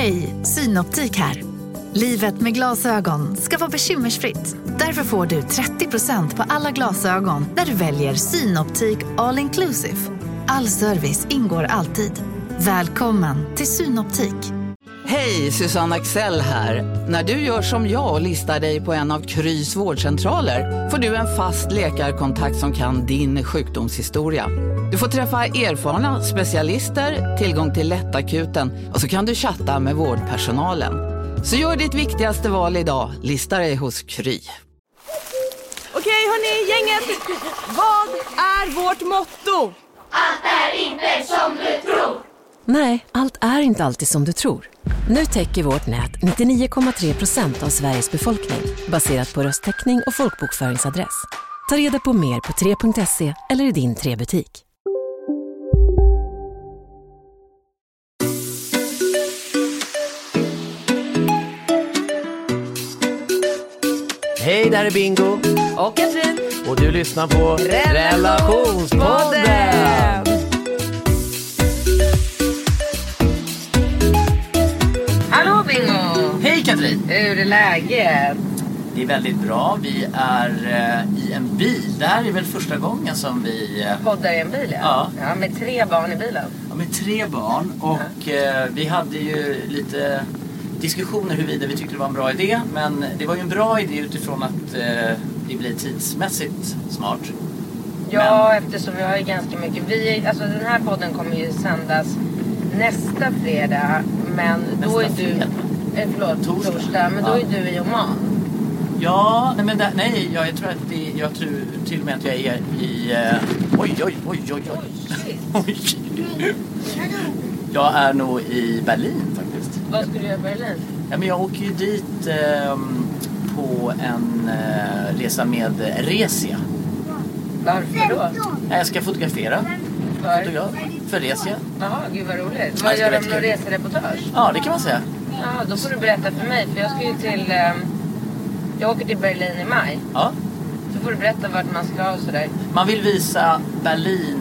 Hej, Synoptik här. Livet med glasögon ska vara bekymmersfritt. Därför får du 30% på alla glasögon när du väljer Synoptik All Inclusive. All service ingår alltid. Välkommen till Synoptik. Hej, Susanne Axel här. När du gör som jag och listar dig på en av Krys vårdcentraler får du en fast läkarkontakt som kan din sjukdomshistoria. Du får träffa erfarna specialister, tillgång till lättakuten och så kan du chatta med vårdpersonalen. Så gör ditt viktigaste val idag, lista dig hos Kry. Okej hörni, gänget. Vad är vårt motto? Allt är inte som du tror. Nej, allt är inte alltid som du tror. Nu täcker vårt nät 99,3% av Sveriges befolkning baserat på röstteckning och folkbokföringsadress. Ta reda på mer på 3.se eller i din 3-butik. Hej, där är Bingo Och Katrin. och du lyssnar på Relationspodden. Hallå Bingo. Hej Katrin. Hur är läget? Det är väldigt bra. Vi är i en bil. Det här är väl första gången som vi... Poddar i en bil, Ja. Ja, med 3 barn i bilen. Ja, med 3 barn. Och vi hade ju lite diskussioner huruvida vi tyckte det var en bra idé. Men det var ju en bra idé utifrån att det blir tidsmässigt smart. Ja, eftersom vi har ju ganska mycket. Alltså den här podden kommer ju sändas nästa fredag. Men då är du... Torsdag. Men då är du i Oman. Ja, nej, men jag tror att jag tror till och med att jag är i... Oj. Oj. Jag är nog i Berlin faktiskt. Vad ska du göra i Berlin? Ja, men jag åker ju dit på en resa med Resia. Varför då? Jag ska fotografera. För Resia. Jaha, gud vad roligt. Vad gör de med resereportage? Ja, det kan man säga. Ja, då får du berätta för mig. För jag ska ju till... Jag åker till Berlin i maj. Ja. Så får du berätta vart man ska och sådär. Man vill visa Berlin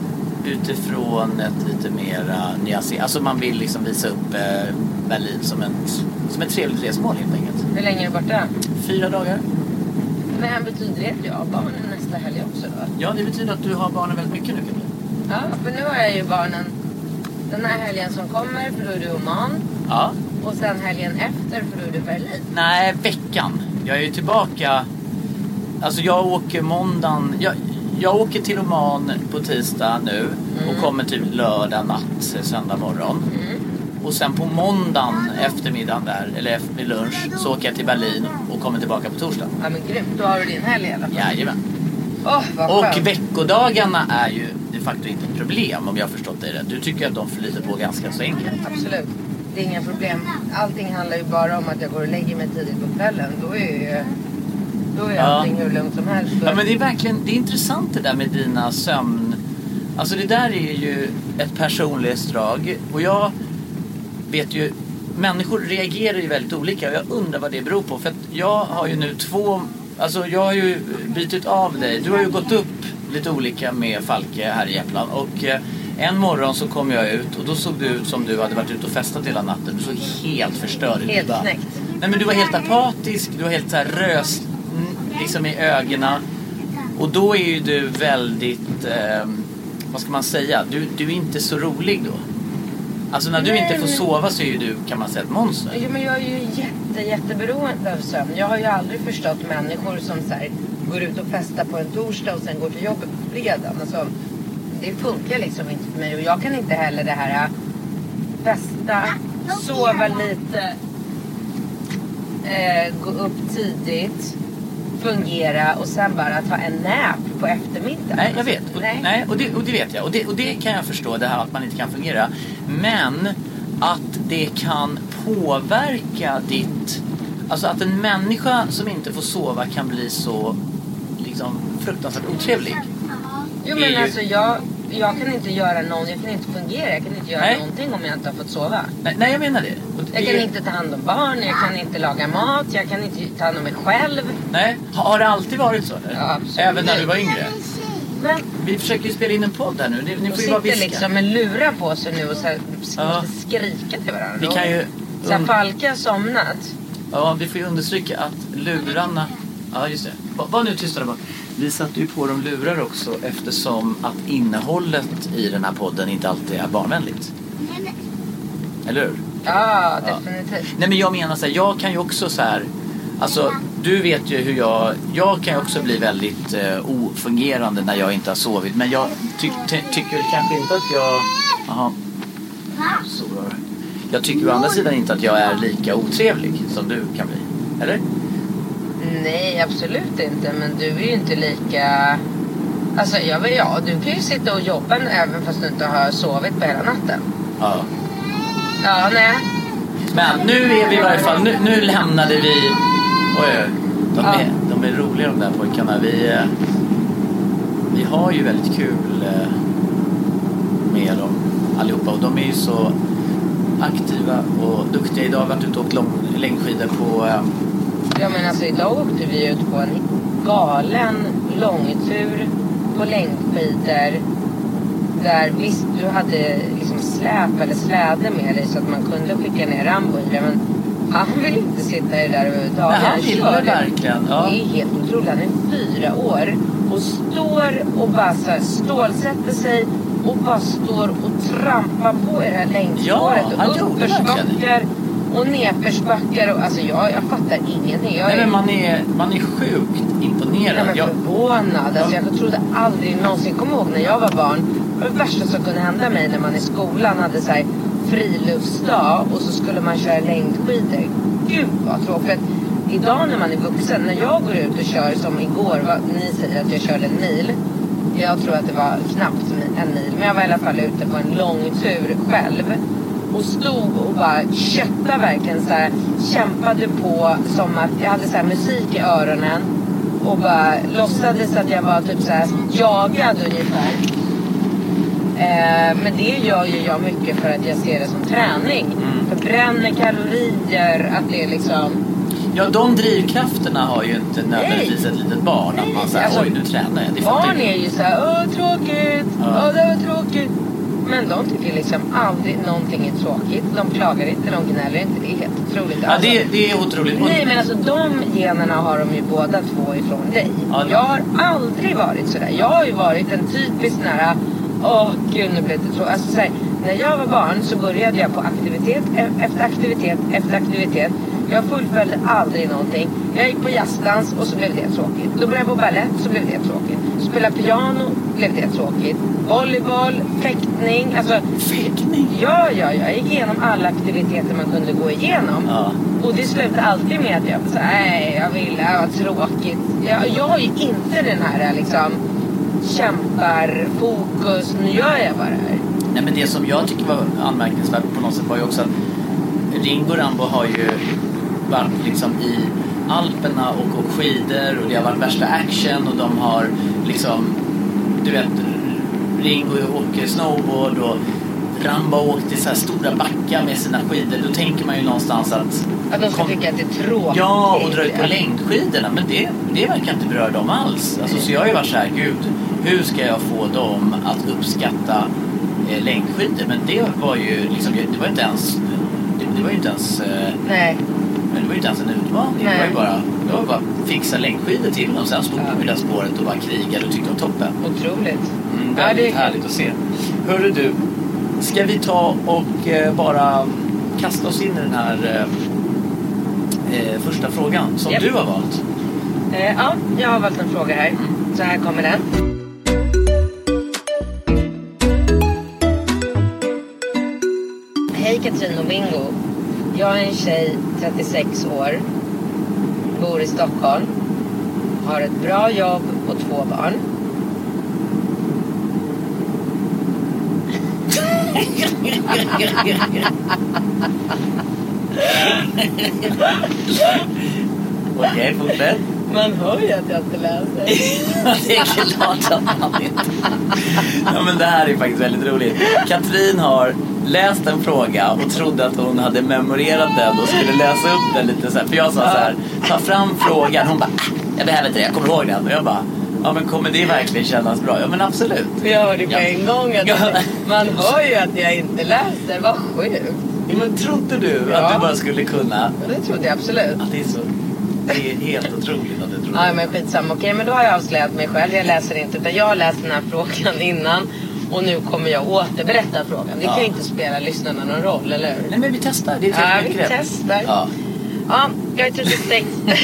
utifrån ett lite mer nyanserat. Alltså man vill liksom visa upp Berlin som ett trevligt resmål helt enkelt. Hur länge är du borta? 4 dagar. Men betyder det att jag har barnen nästa helg också då? Ja, det betyder att du har barnen väldigt mycket nu. Ja, för nu har jag ju barnen den här helgen som kommer, för då är du i Oman. Ja. Och sen helgen efter, för då är du i Berlin. Nej, veckan. Jag är ju tillbaka. Alltså jag åker måndagen. Jag åker till Oman på tisdag nu. Och kommer typ lördag natt, söndag morgon. Och sen på måndagen eftermiddagen där, eller vid lunch, så åker jag till Berlin och kommer tillbaka på torsdag. Ja men grymt, då har du din helg i alla fall. Jajamän. Vad Och skönt. veckodagarna är ju de facto inte ett problem, om jag har förstått det rätt. Du tycker att de flyter på ganska så enkelt. Absolut, det är inga problem. Allting handlar ju bara om att jag går och lägger mig tidigt på kvällen. Då är allting hur lugnt som helst. Ja, men det är verkligen, det är intressant det där med dina sömn. Alltså det där är ju ett personlighetsdrag. Och jag vet ju, människor reagerar ju väldigt olika. Och jag undrar vad det beror på. För att jag har ju nu jag har ju bytt av dig. Du har ju gått upp lite olika med Falke här i Jämtland. Och en morgon så kom jag ut och då såg du ut som du hade varit ute och festat hela natten. Du såg helt förstörd ut. Helt knäckt. Nej, men du var helt apatisk. Du var helt så här röst liksom i ögonen. Och då är ju du väldigt, vad ska man säga? Du är inte så rolig då. Alltså när du inte får sova så är ju du, kan man säga, ett monster. Ja, men jag är ju jätteberoende av sömn. Jag har ju aldrig förstått människor som så här, går ut och festar på en torsdag och sen går till jobbet på fredag. Alltså, det funkar liksom inte för mig. Och jag kan inte heller det här festa, sova lite, gå upp tidigt, fungera och sen bara ta en nap på eftermiddagen. Nej, jag vet. Och det vet jag. Och det kan jag förstå, det här att man inte kan fungera. Men att det kan påverka ditt... Alltså att en människa som inte får sova kan bli så liksom fruktansvärt otrevlig. Jo, men alltså jag kan inte göra någon, jag kan inte fungera, jag kan inte göra någonting om jag inte har fått sova. Nej, jag menar det. Jag kan inte ta hand om barn, jag kan inte laga mat, jag kan inte ta hand om mig själv. Nej, har det alltid varit så? Eller? Ja, absolut. Även när du var yngre? Men vi försöker ju spela in en podd här nu. Ni får ju bara viska. liksom med lurar på sig nu och så här, måste skrika till varandra. Så här, Falka somnat. Ja, vi får ju understryka att lurarna... Ja, just det. Var nu tysta bara. Vi satte ju på dem lurar också eftersom att innehållet i den här podden inte alltid är barnvänligt. Eller hur? Ja, definitivt. Nej, men jag menar så här, jag kan ju också så här... Alltså, du vet ju hur jag kan ju också bli väldigt ofungerande när jag inte har sovit. Men jag tycker kanske inte att jag... Jaha. Så bra. Jag tycker å andra sidan inte att jag är lika otrevlig som du kan bli. Eller? Nej, absolut inte. Men du är ju inte lika... Alltså, du kan ju sitta och jobba även fast du inte har sovit på hela natten. Ja. Ja, nej. Men nu är vi i varje fall... Nu lämnade vi... Oj, de är roliga de där pojkarna. Vi har ju väldigt kul med dem allihopa. Och de är ju så aktiva och duktiga. Idag har vi varit ute och åkt längdskidor på... Ja, men alltså idag åkte vi ut på en galen långtur på längdskidor. Där visst, du hade liksom släp eller släde med dig så att man kunde skicka ner Rambo i det. Men han vill inte sitta i det där överhuvudtaget. Nej, han gillar verkligen. Ja. Det är helt otroligt. Han är 4 år och står och bara så här stålsätter sig och bara står och trampar på i det här längdspåret. Ja, han gjorde uppförsbackar och nedförsbackar. Och, alltså jag fattar ingenting. Nej, men man är sjukt imponerad. Jag är förvånad. Alltså, jag trodde aldrig någonsin, kom ihåg när jag var barn. Det värsta som kunde hända mig när man i skolan hade så här friluftsdag och så skulle man köra längdskidor. Gud vad tråkigt. Idag när man är vuxen, när jag går ut och kör som igår, ni säger att jag körde en mil. Jag tror att det var knappt en mil, men jag var i alla fall ute på en lång tur själv. Och stod och bara köttade verkligen så här, kämpade på som att jag hade så här musik i öronen. Och bara låtsades att jag var typ så här jagad ungefär. Men det gör ju jag mycket för att jag ser det som träning. Förbränner kalorier, att det är liksom... Ja, de drivkrafterna har ju inte nödvändigtvis ett litet barn. Nej. Att man säger, Alltså, oj nu tränar jag. Barn är ju såhär, tråkigt, det var tråkigt. Men de tycker liksom aldrig någonting är tråkigt. De klagar inte, de gnäller inte. Det är helt otroligt. Ja, alltså, det är otroligt. Nej, men alltså de generna har de ju båda två ifrån dig. Ja, jag har aldrig varit sådär. Jag har ju varit en typisk sån här, gud nu blev det tråkigt. Alltså såhär, när jag var barn så började jag på aktivitet efter aktivitet efter aktivitet. Jag fullföljde aldrig någonting. Jag gick på jazzdans och så blev det tråkigt. Då började jag på balett så blev det tråkigt. Spela piano blev det tråkigt. Volleyboll, fäktning. Alltså, fäktning? Ja. Jag gick igenom alla aktiviteter man kunde gå igenom. Ja. Och det slutade alltid med att jag sa, nej jag ville, det var tråkigt. Jag har ju inte den här liksom kämpar, fokus, nu gör jag bara det här. Nej, men det som jag tycker var anmärkningsvärt på något sätt var ju också att Ringo Rambo har ju varit liksom i Alperna och åkt skidor och det har varit värsta action och de har liksom, du vet, Ringo åker snowboard och Rambo åkte i så här stora backar med sina skidor. Då tänker man ju någonstans att de ska tycka att det är tråkigt. Ja, och dra ut på längdskidorna. Men det verkar inte beröra dem alls. Alltså, så jag har ju varit så här, gud, hur ska jag få dem att uppskatta längdskidor? Men det var ju liksom, det var inte ens nej. Men det var ju inte ens en utmaning. Nej. Det var bara fixa längdskidor till dem. Sen stod de i det spåret och bara krigade och tyckte de toppen. Otroligt. Väldigt härligt att se. Hörru du, ska vi ta och bara kasta oss in i den här första frågan som du har valt? Ja, jag har valt en fråga här. Så här kommer den. Hej Katrin och Bingo. Jag är en tjej, 36 år. Bor i Stockholm. Har ett bra jobb och 2 barn. Okej, fortsätt. Man hör ju att jag inte läser. Det är klart att man inte. Ja, men det här är faktiskt väldigt roligt. Katrin har läst en fråga och trodde att hon hade memorerat den och skulle läsa upp den lite så här. För jag sa så här, ta fram frågan. Hon bara, jag behöver inte det, jag kommer ihåg den. Och jag bara, ja men kommer det verkligen kännas bra? Ja men absolut. Jag hörde på en gång att man hör ju att jag inte läser, vad sjukt. Men trodde du att du bara skulle kunna? Det trodde jag absolut. Att det är helt otroligt att du trodde. Ja, men skitsamma. Okej, men då har jag avslöjat mig själv. Jag läser inte, utan jag har läst den här frågan innan. Och nu kommer jag återberätta frågan. Det kan ju inte spela lyssnarna någon roll, eller hur? Nej, men vi testar. Det är vi testar. Ja. Ja, jag är 36.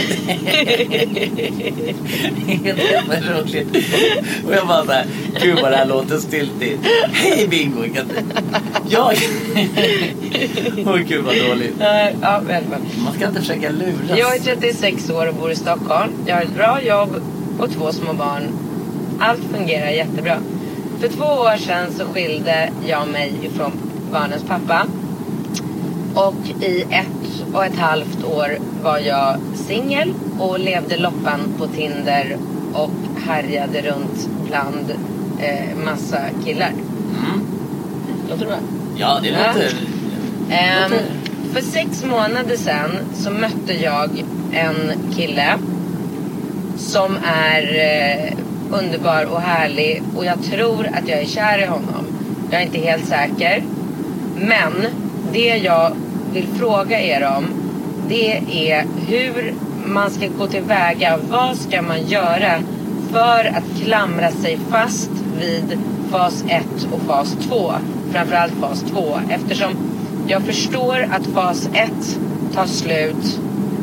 Helt roligt. Och jag bara såhär, gud vad det här låter stiltigt. Hej Bingo! Jag... Åh gud vad dåligt. Ja, välkommen. Man ska inte försöka luras. Jag är 36 år och bor i Stockholm. Jag har ett bra jobb och 2 små barn. Allt fungerar jättebra. För 2 år sedan så skilde jag mig ifrån barnens pappa. Och i 1,5 år var jag singel och levde loppan på Tinder och härjade runt bland massa killar. Låter det bra? Ja, det låter... För 6 månader sedan så mötte jag en kille som är underbar och härlig. Och jag tror att jag är kär i honom. Jag är inte helt säker. Men det jag vill fråga er om, det är hur man ska gå tillväga. Vad ska man göra för att klamra sig fast vid fas 1 och fas 2? Framförallt fas 2. Eftersom jag förstår att fas 1 tar slut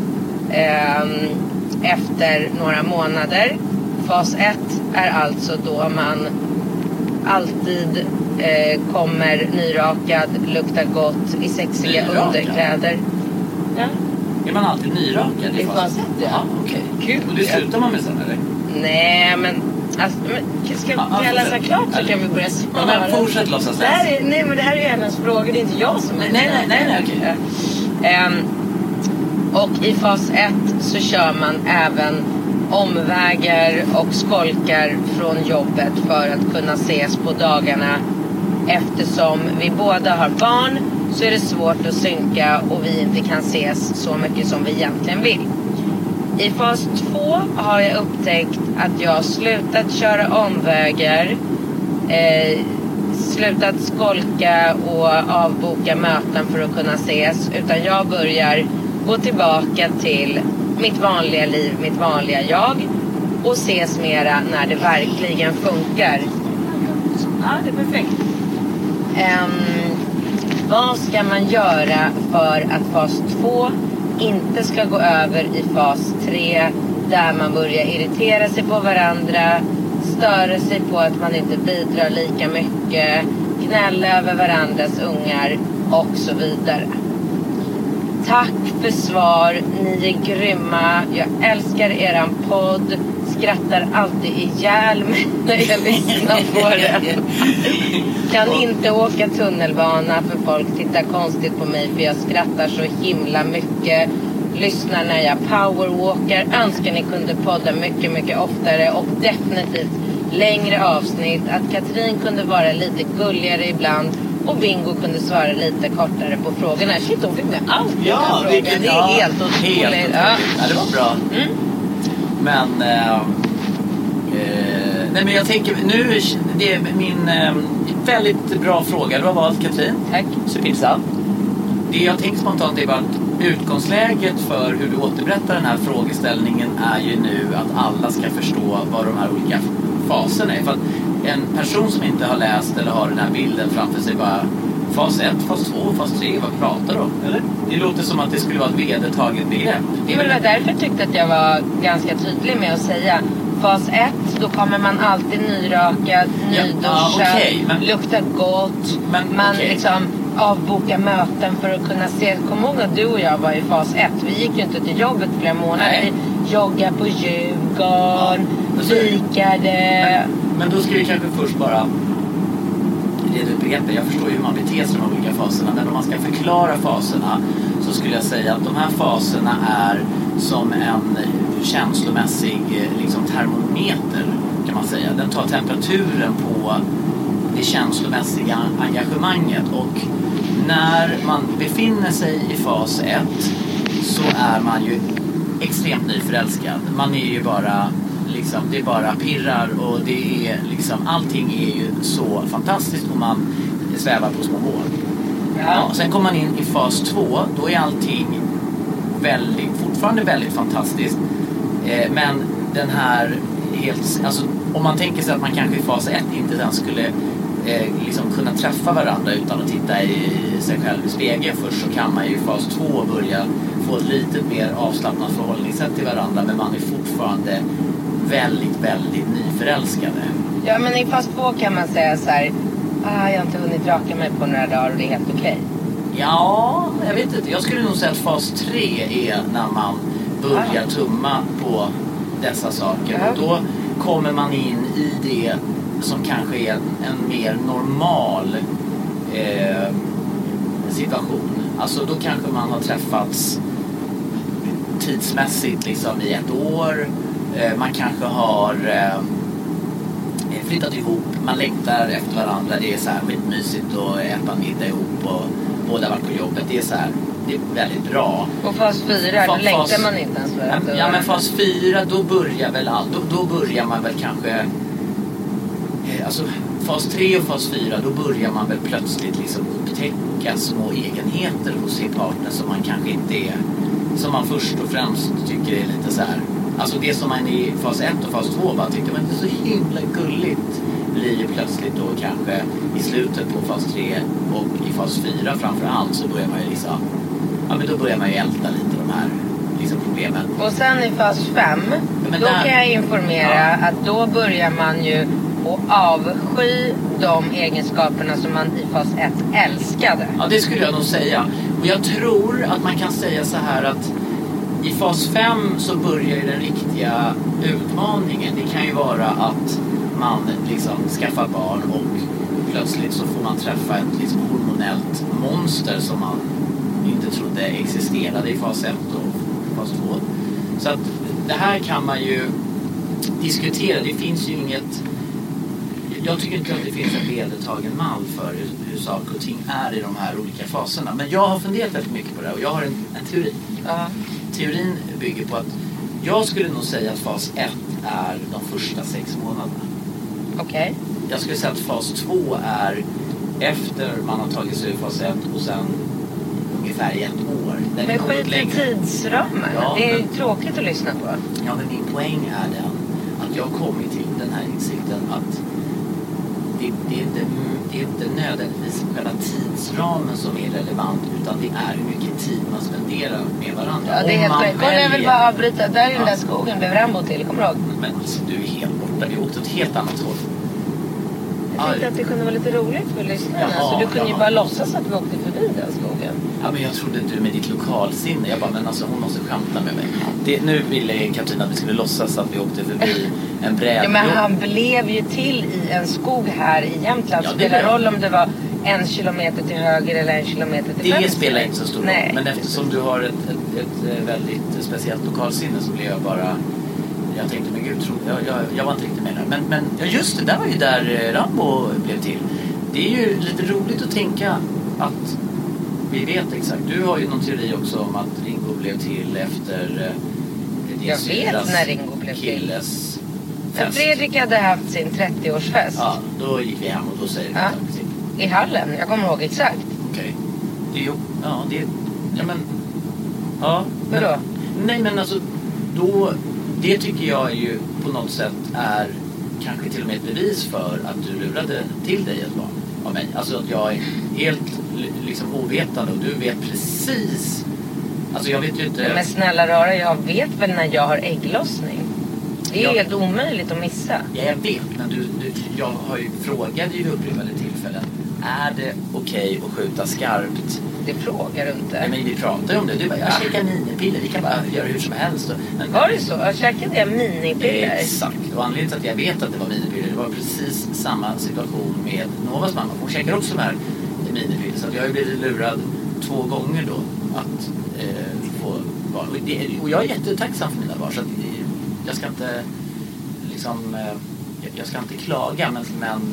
efter några månader. Fas 1 är alltså då man alltid kommer nyrakad, luktar gott i sexiga underkläder. Ja. Är man alltid nyrakad i fas 1? Ja, okej. Kul. Och det slutar man med sen, eller? Nej, men... Alltså, ska jag läsa klart så kan vi börja svara. Ja, men fortsätt låtsas läsa. Nej, men det här är ju hennes frågor. Det är inte jag som är... Nej, okej. Och i fas 1 så kör man även omvägar och skolkar från jobbet för att kunna ses på dagarna. Eftersom vi båda har barn så är det svårt att synka och vi inte kan ses så mycket som vi egentligen vill. I fas 2 har jag upptäckt att jag har slutat köra omvägar, slutat skolka och avboka möten för att kunna ses. Utan jag börjar gå tillbaka till mitt vanliga liv, mitt vanliga jag. Och ses mera när det verkligen funkar. Ja, det är perfekt. Vad ska man göra för att fas 2 inte ska gå över i fas 3, där man börjar irritera sig på varandra, störa sig på att man inte bidrar lika mycket, gnälla över varandras ungar och så vidare? Tack för svar, ni är grymma. Jag älskar eran podd. Skrattar alltid ihjäl mig när jag lyssnar på det. Kan inte åka tunnelbana för folk tittar konstigt på mig för jag skrattar så himla mycket. Lyssnar när jag powerwalkar. Önskar ni kunde podda mycket, mycket oftare och definitivt längre avsnitt. Att Katrin kunde vara lite gulligare ibland och Bingo kunde svara lite kortare på frågorna. Shit, hon fick med allt på den frågan. Det är helt otroligt. Ja, det var bra. Men nej, men jag tänker nu, det är min väldigt bra fråga. Du har valt, Katrin. Tack. Supinsa. Det jag tänker spontant är bara att utgångsläget för hur du återberättar den här frågeställningen är ju nu att alla ska förstå vad de här olika faserna är. För att en person som inte har läst eller har den här bilden framför sig bara fas 1, fas 2, fas 3, vad pratar de om? Eller? Det låter som att det skulle vara ett vedertaget begrepp. Det var därför jag tyckte att jag var ganska tydlig med att säga fas 1, då kommer man alltid nyrakad, nyduschad, luktar gott, man liksom avbokar möten för att kunna se. Kom ihåg att du och jag var i fas 1. Vi gick ju inte till jobbet flera månader. Vi joggade på Djurgården, fikade. Men då ska vi kanske först bara reda ut begreppet. Jag förstår ju hur man beter sig i de olika faserna. Men om man ska förklara faserna så skulle jag säga att de här faserna är som en känslomässig liksom, termometer kan man säga. Den tar temperaturen på det känslomässiga engagemanget. Och när man befinner sig i fas 1 så är man ju extremt nyförälskad. Man är ju bara liksom, det bara pirrar och det är liksom, allting är ju så fantastiskt och man svävar på små mål. Ja, sen kommer man in i fas 2. Då är allting fortfarande väldigt fantastiskt. Men den här alltså, om man tänker sig att man kanske i fas 1 inte ens skulle liksom kunna träffa varandra utan att titta i sig själv i spegeln först, så kan man ju i fas 2 börja få ett lite mer avslappnat förhållningssätt till varandra, men man är fortfarande väldigt, väldigt nyförälskade. Ja, men i fas 2 kan man säga så här: jag har inte hunnit raka mig på några dagar och det är helt okej. Ja, jag vet inte. Jag skulle nog säga att fas 3 är när man börjar tumma på dessa saker. Och då kommer man in i det som kanske är en mer normal situation. Alltså då kanske man har träffats tidsmässigt liksom i ett år. Man kanske har flyttat ihop. Man längtar efter varandra. Det är så här skitmysigt att äta middag ihop och båda varit på jobbet. Det är så här, det är väldigt bra. Och fas 4, då längtar man inte ens för. Ja, men fas 4, då börjar väl allt. Då börjar man väl kanske... Alltså fas 3 och fas 4, då börjar man väl plötsligt liksom upptäcka små egenheter hos sin partner som man kanske inte är... Som man först och främst tycker är lite så här... Alltså det som man i fas 1 och fas 2 bara tycker man är så himla gulligt, blir ju plötsligt då kanske i slutet på fas 3 och i fas 4 framförallt, så börjar man ju liksom... Ja, men då börjar man ju älta lite de här liksom problemen. Och sen i fas 5, då kan jag informera att då börjar man ju att avsky de egenskaperna som man i fas 1 älskade. Ja, det skulle jag nog säga. Och jag tror att man kan säga så här att i fas 5 så börjar ju den riktiga utmaningen. Det kan ju vara att man liksom skaffar barn och plötsligt så får man träffa ett liksom hormonellt monster som man inte trodde existerade i fas 1 och fas 2. Så att det här kan man ju diskutera. Det finns ju inget... Jag tycker inte att det finns en vedertagen mall för hur saker och ting är i de här olika faserna. Men jag har funderat väldigt mycket på det här och jag har en teori. Teorin bygger på att jag skulle nog säga att fas 1 är de första 6 månaderna. Okej. Jag skulle säga att fas 2 är efter man har tagit sig ur fas 1 och sen ungefär i 1 år. Men skit i tidsramen. Ja, det är ju tråkigt att lyssna på. Ja, men min poäng är den att jag kommit till den här insikten att det är inte nödvändigtvis själva tidsramen som är relevant, utan det är hur mycket tid man spenderar med varandra. Ja, det är helt korrekt. Och jag vill bara avbryta. Där i den där skogen blev Rambo till, kommer du ihåg? Men alltså, du är helt borta. Vi åkte åt ett helt annat håll. Jag tänkte att det kunde vara lite roligt för lyssnarna. Så du kunde ju bara låtsas att vi åkte förbi den skogen. Ja, men jag trodde du med ditt lokalsinne. Jag bara, men alltså hon måste skämta med mig. Nu ville Katarina att vi skulle låtsas att vi åkte förbi en bräd. Ja, men han blev ju till i en skog här i Jämtland. Ja, det spelar roll om det var 1 kilometer till höger eller 1 kilometer till vänster. Det spelar inte så stor roll. Men eftersom du har ett väldigt speciellt lokalsinne så blev jag bara... Jag tänkte, men gud, jag var inte riktigt med där. Men ja, just det, där var ju där Rambo blev till. Det är ju lite roligt att tänka att vi vet exakt. Du har ju någon teori också om att Ringo blev till efter jag vet när Ringo blev till. Fest. Fredrik hade haft sin 30-årsfest. Ja, då gick vi hem och då säger det. I hallen, jag kommer ihåg exakt. Okej. Ja, men... Ja. Vadå? Nej, men alltså, då... Det tycker jag ju på något sätt är kanske till och med ett bevis för att du lurade till dig ett barn av mig. Alltså att jag är helt liksom ovetande och du vet precis. Alltså jag vet ju inte... Men snälla rara, jag vet väl när jag har ägglossning. Det är helt omöjligt att missa. Ja, jag vet, men jag har ju frågat vid upprepade tillfällen. Är det okej att skjuta skarpt? Det frågar du inte. Nej, men vi pratar ju om det. Du bara, jag käkar minipiller. Vi kan bara göra hur som helst. Var det så? Jag käkade jag minipiller? Exakt. Och anledningen till att jag vet att det var minipiller, det var precis samma situation med Novas mamma. Hon käkar också de här minipiller. Så att jag har ju blivit lurad 2 gånger då att få barn. Och jag är jättetacksam för mina barn. Så att jag ska inte liksom... Jag ska inte klaga, men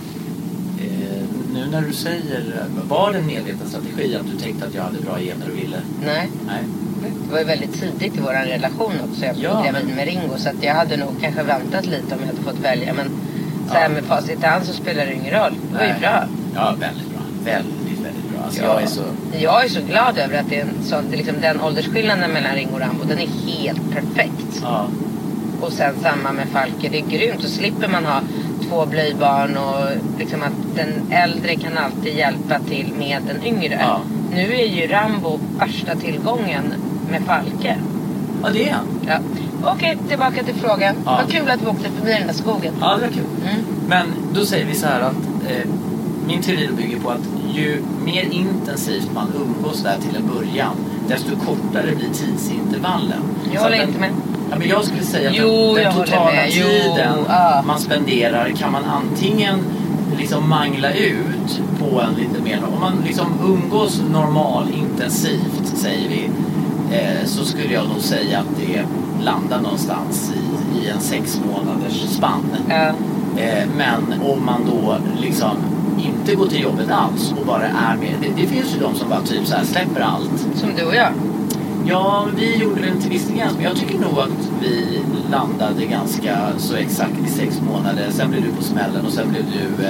nu när du säger, var det en medveten strategi att du tänkte att jag hade bra gener och ville? Nej. Det var ju väldigt tidigt i vår relation också. Jag blev gravid med Ringo, så att jag hade nog kanske väntat lite om jag hade fått välja. Men så här med facit i hand så spelar det ingen roll. Det var ju bra. Ja, väldigt bra. Väldigt, väldigt bra. Alltså, Ja. jag är så glad över att det är en sån, liksom den åldersskillnaden mellan Ringo och Rambo, den är helt perfekt. Ja. Och sen samma med Falke, det är grymt. Och slipper man ha 2 blöjbarn och liksom att den äldre kan alltid hjälpa till med den yngre. Ja. Nu är ju Rambo värsta tillgången med Falke. Ja, det är han. Ja. Okej, tillbaka till frågan. Ja. Vad kul att vi åkte förbi den där skogen. Ja, det var kul. Men då säger vi så här att min teori bygger på att ju mer intensivt man umgås där till en början, desto kortare blir tidsintervallen. Jag Så håller att inte med. Ja, men jag skulle säga att Jo, den jag håller totala med. Jo, tiden ja. man spenderar kan man antingen liksom mangla ut på en lite mer, om man liksom umgås normal intensivt säger vi, så skulle jag nog säga att det landar någonstans i en 6 månaders spann. Ja. Men om man då liksom inte går till jobbet alls och bara är med, det finns ju de som bara typ så här släpper allt. Som du och jag. Ja, vi gjorde det till viss gräns, men jag tycker nog att vi landade ganska så exakt i 6 månader. Sen blev du på smällen och sen blev du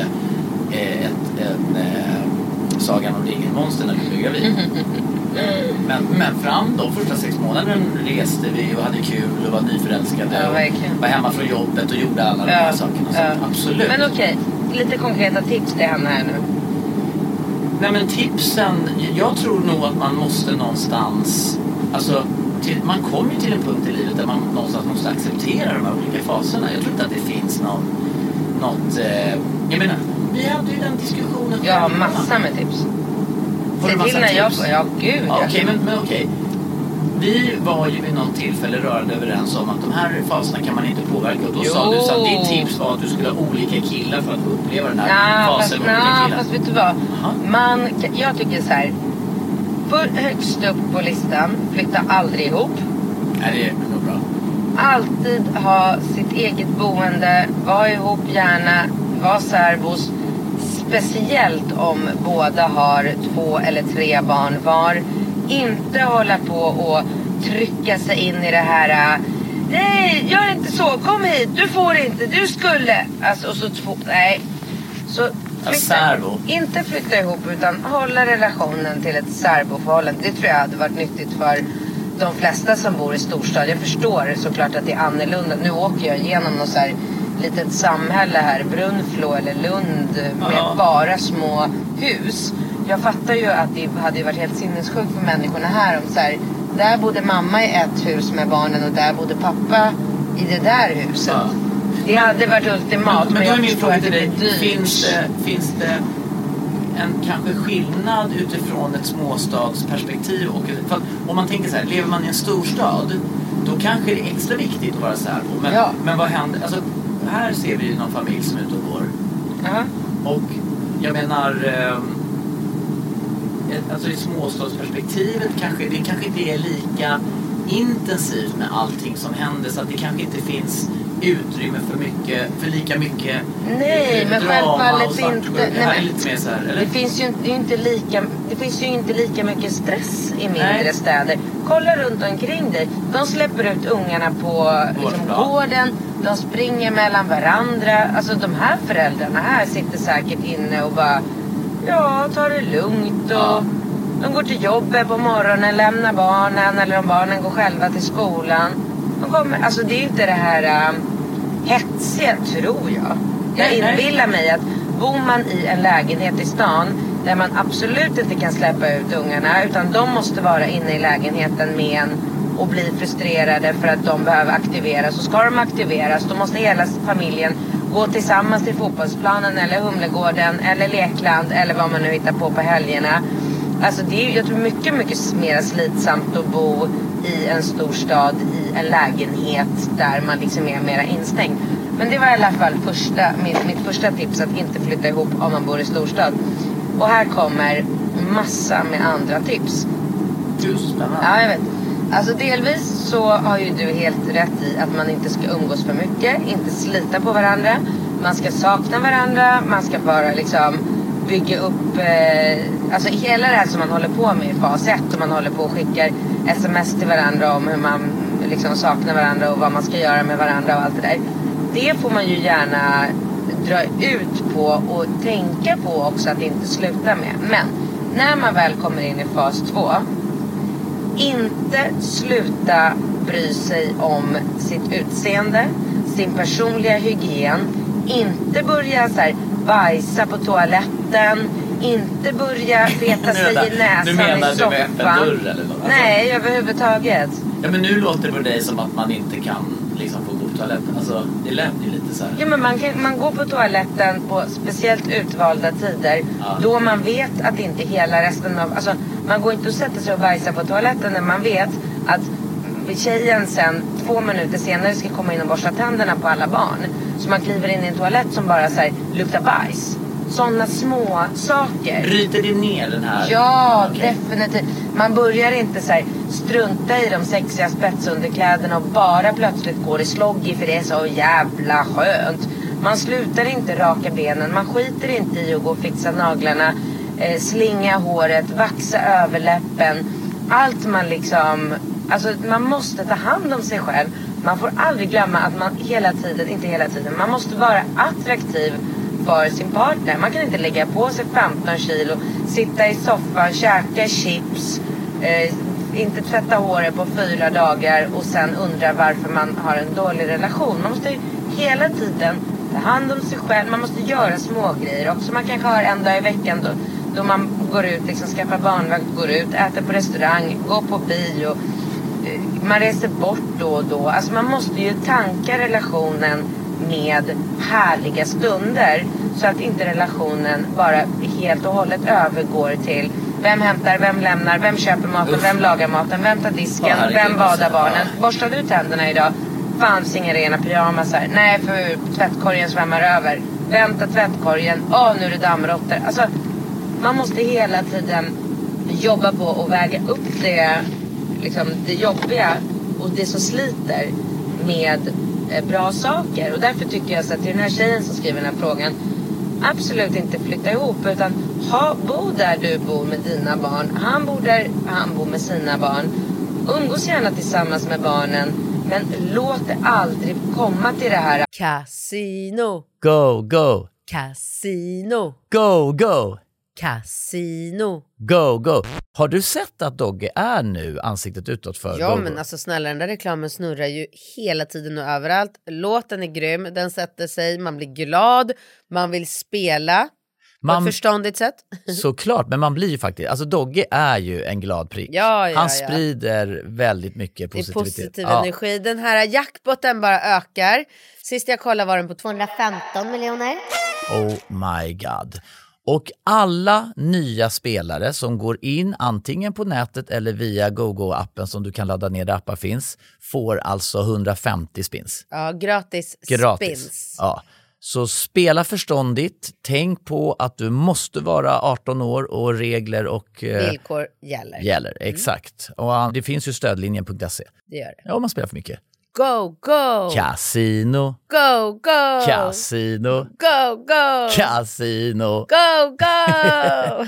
Sagan om ringen-monster när du blev gravid. Men fram de första 6 månaderna reste vi och hade kul och var nyförälskade. Ja, och var hemma från jobbet och gjorde alla de här sakerna. Så absolut. Men okej, lite konkreta tips till henne här nu. Nej, men tipsen, jag tror nog att man måste någonstans, alltså man kommer ju till en punkt i livet där man någonstans måste acceptera de här olika faserna. Jag tror inte att det finns något jag menar, vi hade ju den diskussionen. Jag har massor med tips. Får du Se massa till när tips? jag får, ja gud. Ja, okej, men okej. Vi var ju vid något tillfälle rörande överens om att de här faserna kan man inte påverka. Och då sa du så att ditt tips var att du skulle ha olika killar för att uppleva den här fasen med olika killar. Fast vet du vad? Jag tycker så här. För högst upp på listan, flytta aldrig ihop. Nej, det är nog bra. Alltid ha sitt eget boende, var ihop gärna, var särbos. Speciellt om båda har 2 eller 3 barn var. Inte hålla på och trycka sig in i det här. Nej, gör inte så, kom hit, du får inte, du skulle. Alltså, och så nej. Så särbo. Inte flytta ihop utan hålla relationen till ett särboförhållande. Det tror jag hade varit nyttigt för de flesta som bor i storstad. Jag förstår såklart att det är annorlunda. Nu åker jag igenom något så här litet samhälle här, Brunflo eller Lund, med bara små hus. Jag fattar ju att det hade varit helt sinnessjukt för människorna här om så här, där bodde mamma i ett hus med barnen och där bodde pappa i det där huset. Ja. Det hade varit ultimat. Men då är min fråga till dig, dig, finns det en kanske skillnad utifrån ett småstadsperspektiv? Och, för om man tänker så här, lever man i en storstad, då kanske det är extra viktigt att vara särbo. Men vad händer? Alltså, här ser vi någon familj som är ute och går. Och jag menar, alltså i småstadsperspektivet kanske inte är lika intensivt med allting som händer, så att det kanske inte finns utrymme för lika mycket. Nej, men självfallet inte. Nej, lite mer så här, eller? Det finns ju inte lika mycket stress i mindre städer. Kolla runt omkring dig. De släpper ut ungarna på liksom, gården. De springer mellan varandra. Alltså de här föräldrarna här sitter säkert inne och bara tar det lugnt och de går till jobbet på morgonen, lämnar barnen, eller om barnen går själva till skolan. Alltså det är inte det här hetsiga, tror jag. Jag inbillar mig att bor man i en lägenhet i stan där man absolut inte kan släppa ut ungarna, utan de måste vara inne i lägenheten med en och bli frustrerade för att de behöver aktiveras. Så ska de aktiveras, då måste hela familjen gå tillsammans till fotbollsplanen eller Humlegården eller Lekland eller vad man nu hittar på helgerna. Alltså det är, jag tror, mycket, mycket mer slitsamt att bo i en storstad i en lägenhet där man liksom är mera instängd. Men det var i alla fall mitt första tips, att inte flytta ihop om man bor i storstad. Och här kommer massa med andra tips. Ja, jag vet. Alltså delvis så har ju du helt rätt i att man inte ska umgås för mycket, inte slita på varandra. Man ska sakna varandra, man ska bara liksom bygga upp, alltså hela det här som man håller på med i fas 1, och man håller på och skickar sms till varandra om hur man liksom saknar varandra och vad man ska göra med varandra och allt det där. Det får man ju gärna dra ut på och tänka på också att inte sluta med. Men när man väl kommer in i fas 2, inte sluta bry sig om sitt utseende, sin personliga hygien, inte börja så här bajsa på toaletten, inte börja veta sig i näsan i soffan. Nu menar du med öppen dörr eller något? Nej, överhuvudtaget. Ja, men nu låter det på dig som att man inte kan liksom få gå på toaletten. Alltså, det lät ju lite så här. Ja, men man går på toaletten på speciellt utvalda tider. Ja. Då man vet att inte hela resten av... Alltså, man går inte och sätter sig och bajsar på toaletten när man vet att tjejen sen 2 minuter senare ska komma in och borsta tänderna på alla barn. Så man kliver in i en toalett som bara så här, luktar bajs. Sådana små saker. Bryter det ner den här? Ja, okay. Definitivt. Man börjar inte så här, strunta i de sexiga spetsunderkläderna och bara plötsligt går i sloggy för det är så jävla skönt. Man slutar inte raka benen. Man skiter inte i att gå och fixa naglarna, slinga håret, vaxa överläppen. Allt man liksom... Alltså man måste ta hand om sig själv. Man får aldrig glömma att man inte hela tiden, man måste vara attraktiv för sin partner. Man kan inte lägga på sig 15 kilo, sitta i soffan, käka chips, inte tvätta håret på 4 dagar och sen undra varför man har en dålig relation. Man måste hela tiden ta hand om sig själv. Man måste göra små grejer också. Man kanske har en dag i veckan då man går ut, liksom skaffar barnvakt, går ut, äter på restaurang, går på bio. Man reser bort då och då. Alltså man måste ju tanka relationen med härliga stunder. Så att inte relationen bara helt och hållet övergår till vem hämtar, vem lämnar, vem köper maten, vem lagar maten, vem tar disken, vem badar barnen. Borstar du tänderna idag? Fanns inga rena pyjamasar. Nej, för tvättkorgen svämmar över. Vem tar tvättkorgen? Nu är det dammråttor. Alltså man måste hela tiden jobba på och väga upp det, liksom, det jobbiga och det som sliter med bra saker. Och därför tycker jag så att till den här tjejen som skriver den här frågan, absolut inte flytta ihop, utan bo där du bor med dina barn. Han bor där han bor med sina barn. Umgås gärna tillsammans med barnen, men låt det aldrig komma till det här Casino. Go, go. Casino. Go, go. Casino. Go, go. Har du sett att Dogge är nu ansiktet utåt för Ja, go, men go? alltså snälla, den där reklamen snurrar ju hela tiden och överallt. Låten är grym, den sätter sig, man blir glad, man vill spela på ett förståndigt sätt. Såklart, men man blir ju faktiskt... Alltså Dogge är ju en glad prick. Han sprider väldigt mycket positivitet. Det är positiv energi. Den här jackpotten bara ökar. Sist jag kollade var den på 215 miljoner. Oh my god. Och alla nya spelare som går in antingen på nätet eller via GoGo-appen som du kan ladda ner där appar finns, får alltså 150 spins. Ja, gratis spins. Ja. Så spela förståndigt. Tänk på att du måste vara 18 år och regler och villkor gäller. Exakt. Och det finns ju stödlinjen.se. Det gör det. Ja, man spelar för mycket. Go, go! Casino. Go, go! Casino. Go, go! Casino. Go, go!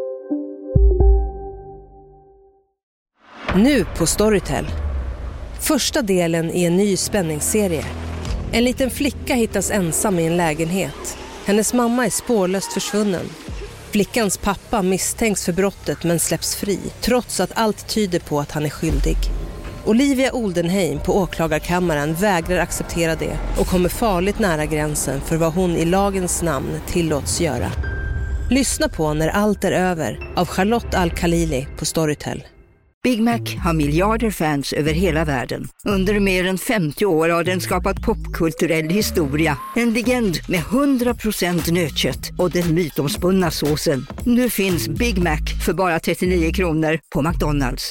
Nu på Storytel. Första delen i en ny spänningsserie. En liten flicka hittas ensam i en lägenhet. Hennes mamma är spårlöst försvunnen. Flickans pappa misstänks för brottet men släpps fri, trots att allt tyder på att han är skyldig. Olivia Oldenheim på åklagarkammaren vägrar acceptera det och kommer farligt nära gränsen för vad hon i lagens namn tillåts göra. Lyssna på När allt är över av Charlotte Al-Khalili på Storytel. Big Mac har miljarder fans över hela världen. Under mer än 50 år har den skapat popkulturell historia. En legend med 100% nötkött och den mytomspunna såsen. Nu finns Big Mac för bara 39 kronor på McDonald's.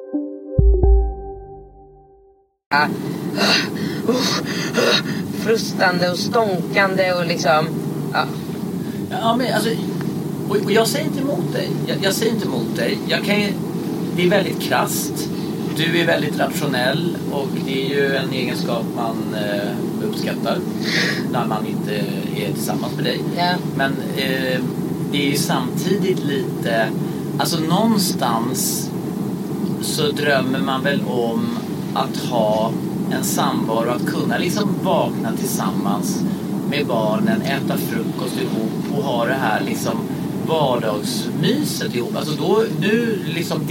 Frustande och stånkande och liksom... Ja, men alltså... Och jag säger inte emot dig. Jag säger inte emot dig. Det är väldigt krasst. Du är väldigt rationell och det är ju en egenskap man uppskattar när man inte är tillsammans med dig. Yeah. Men det är ju samtidigt lite... Alltså någonstans så drömmer man väl om att ha en samvaro, att kunna liksom vakna tillsammans med barnen, äta frukost ihop och ha det här liksom vardagsmyset ihop. Alltså då, nu liksom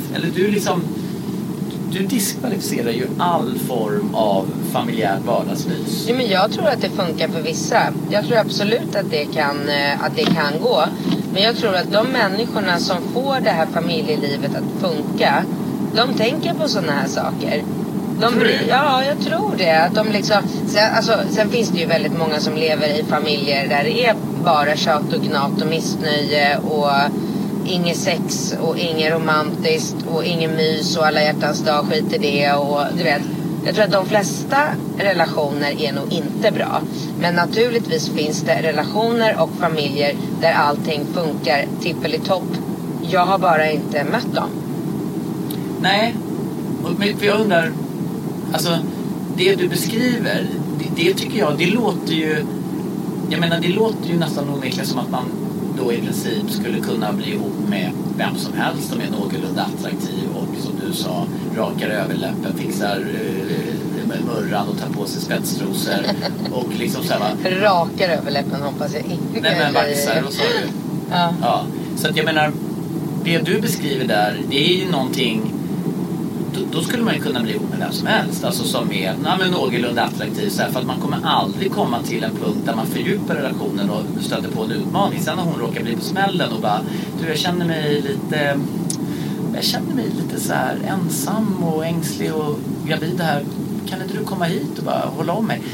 du diskvalificerar ju all form av familjär vardagsmys. Ja, men jag tror att det funkar för vissa. Jag tror absolut att det kan gå. Men jag tror att de människorna som får det här familjelivet att funka, de tänker på sådana här saker. Ja, jag tror det. Att de liksom, sen finns det ju väldigt många som lever i familjer där det är bara tjat och gnat och missnöje och inget sex och inget romantiskt och ingen mys och alla hjärtans dag skit i det. Och du vet, jag tror att de flesta relationer är nog inte bra. Men naturligtvis finns det relationer och familjer där allting funkar tippelitopp. Jag har bara inte mött dem. Nej, för jag undrar, alltså det du beskriver, det tycker jag, det låter ju nästan onekligen som att man då i princip skulle kunna bli ihop med vem som helst som är någorlunda attraktiv och som du sa, rakar överläppen, fixar murran och tar på sig spetstrosor och liksom så här, va? Rakar överläppen hoppas jag inte. Nej, men vaxar och så. Ja. Så att jag menar, det du beskriver där, det är ju någonting. Då skulle man ju kunna bli ihop med vem som helst. Alltså som är någorlunda attraktiv. Så här, för att man kommer aldrig komma till en punkt där man fördjupar relationen och stöter på en utmaning. Sen när hon råkar bli på smällen och bara, jag känner mig lite så här ensam och ängslig och gravid här. Kan inte du komma hit och bara hålla om mig?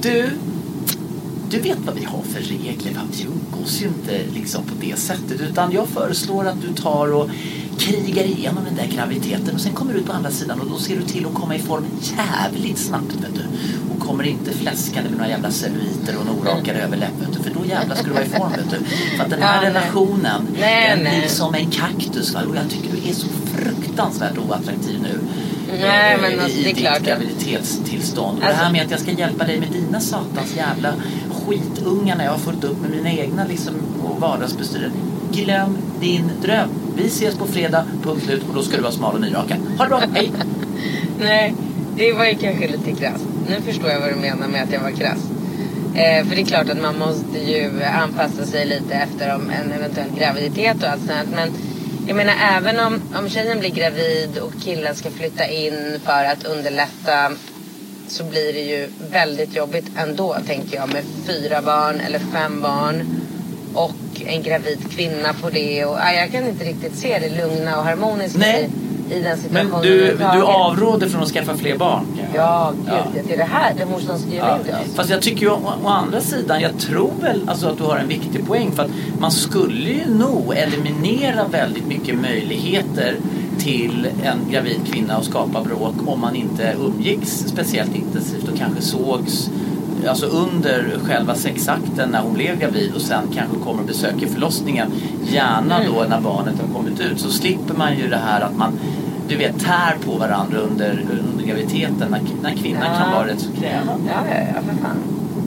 Du vet vad vi har för regler. Vi umgås ju inte liksom på det sättet. Utan jag föreslår att du tar och krigar igenom den där graviditeten och sen kommer du ut på andra sidan och då ser du till att komma i form jävligt snabbt, vet du. Och kommer inte fläskande med några jävla celluliter och en orakad överläpp, vet du. För då jävla ska du vara i form, vet du. För att den här relationen, den blir som en kaktus, va? Och jag tycker du är så fruktansvärt oattraktiv nu. Nej, men alltså, det är klart. Ditt graviditetstillstånd. Och det här med att jag ska hjälpa dig med dina satans jävla skitungar när jag har fullt upp med mina egna liksom, och vardagsbestyren. Glöm din dröm. Vi ses på fredag, punkt slut, och då ska du vara smal och nyrakad. Ha det bra, hej! Nej, det var ju kanske lite krass. Nu förstår jag vad du menar med att jag var krass. För det är klart att man måste ju anpassa sig lite efter en eventuell graviditet och allt sånt. Men jag menar, även om tjejen blir gravid och killen ska flytta in för att underlätta, så blir det ju väldigt jobbigt ändå, tänker jag, med 4 barn eller 5 barn och en gravid kvinna på det. Och jag kan inte riktigt se det lugna och harmoniska i den situationen. Men du avråder från att skaffa fler barn? Ja, gud, det är det här. Det måste de skriva in till oss. Fast jag tycker ju å andra sidan, jag tror väl alltså att du har en viktig poäng. För att man skulle ju nog eliminera väldigt mycket möjligheter till en gravid kvinna att skapa bråk om man inte umgicks speciellt intensivt och kanske sågs alltså under själva sexakten när hon blev gravid och sen kanske kommer och besöker förlossningen, gärna då när barnet har kommit ut, så slipper man ju det här att man, du vet, tär på varandra under graviditeten när kvinnan kan vara rätt så krävande. Ja, för fan.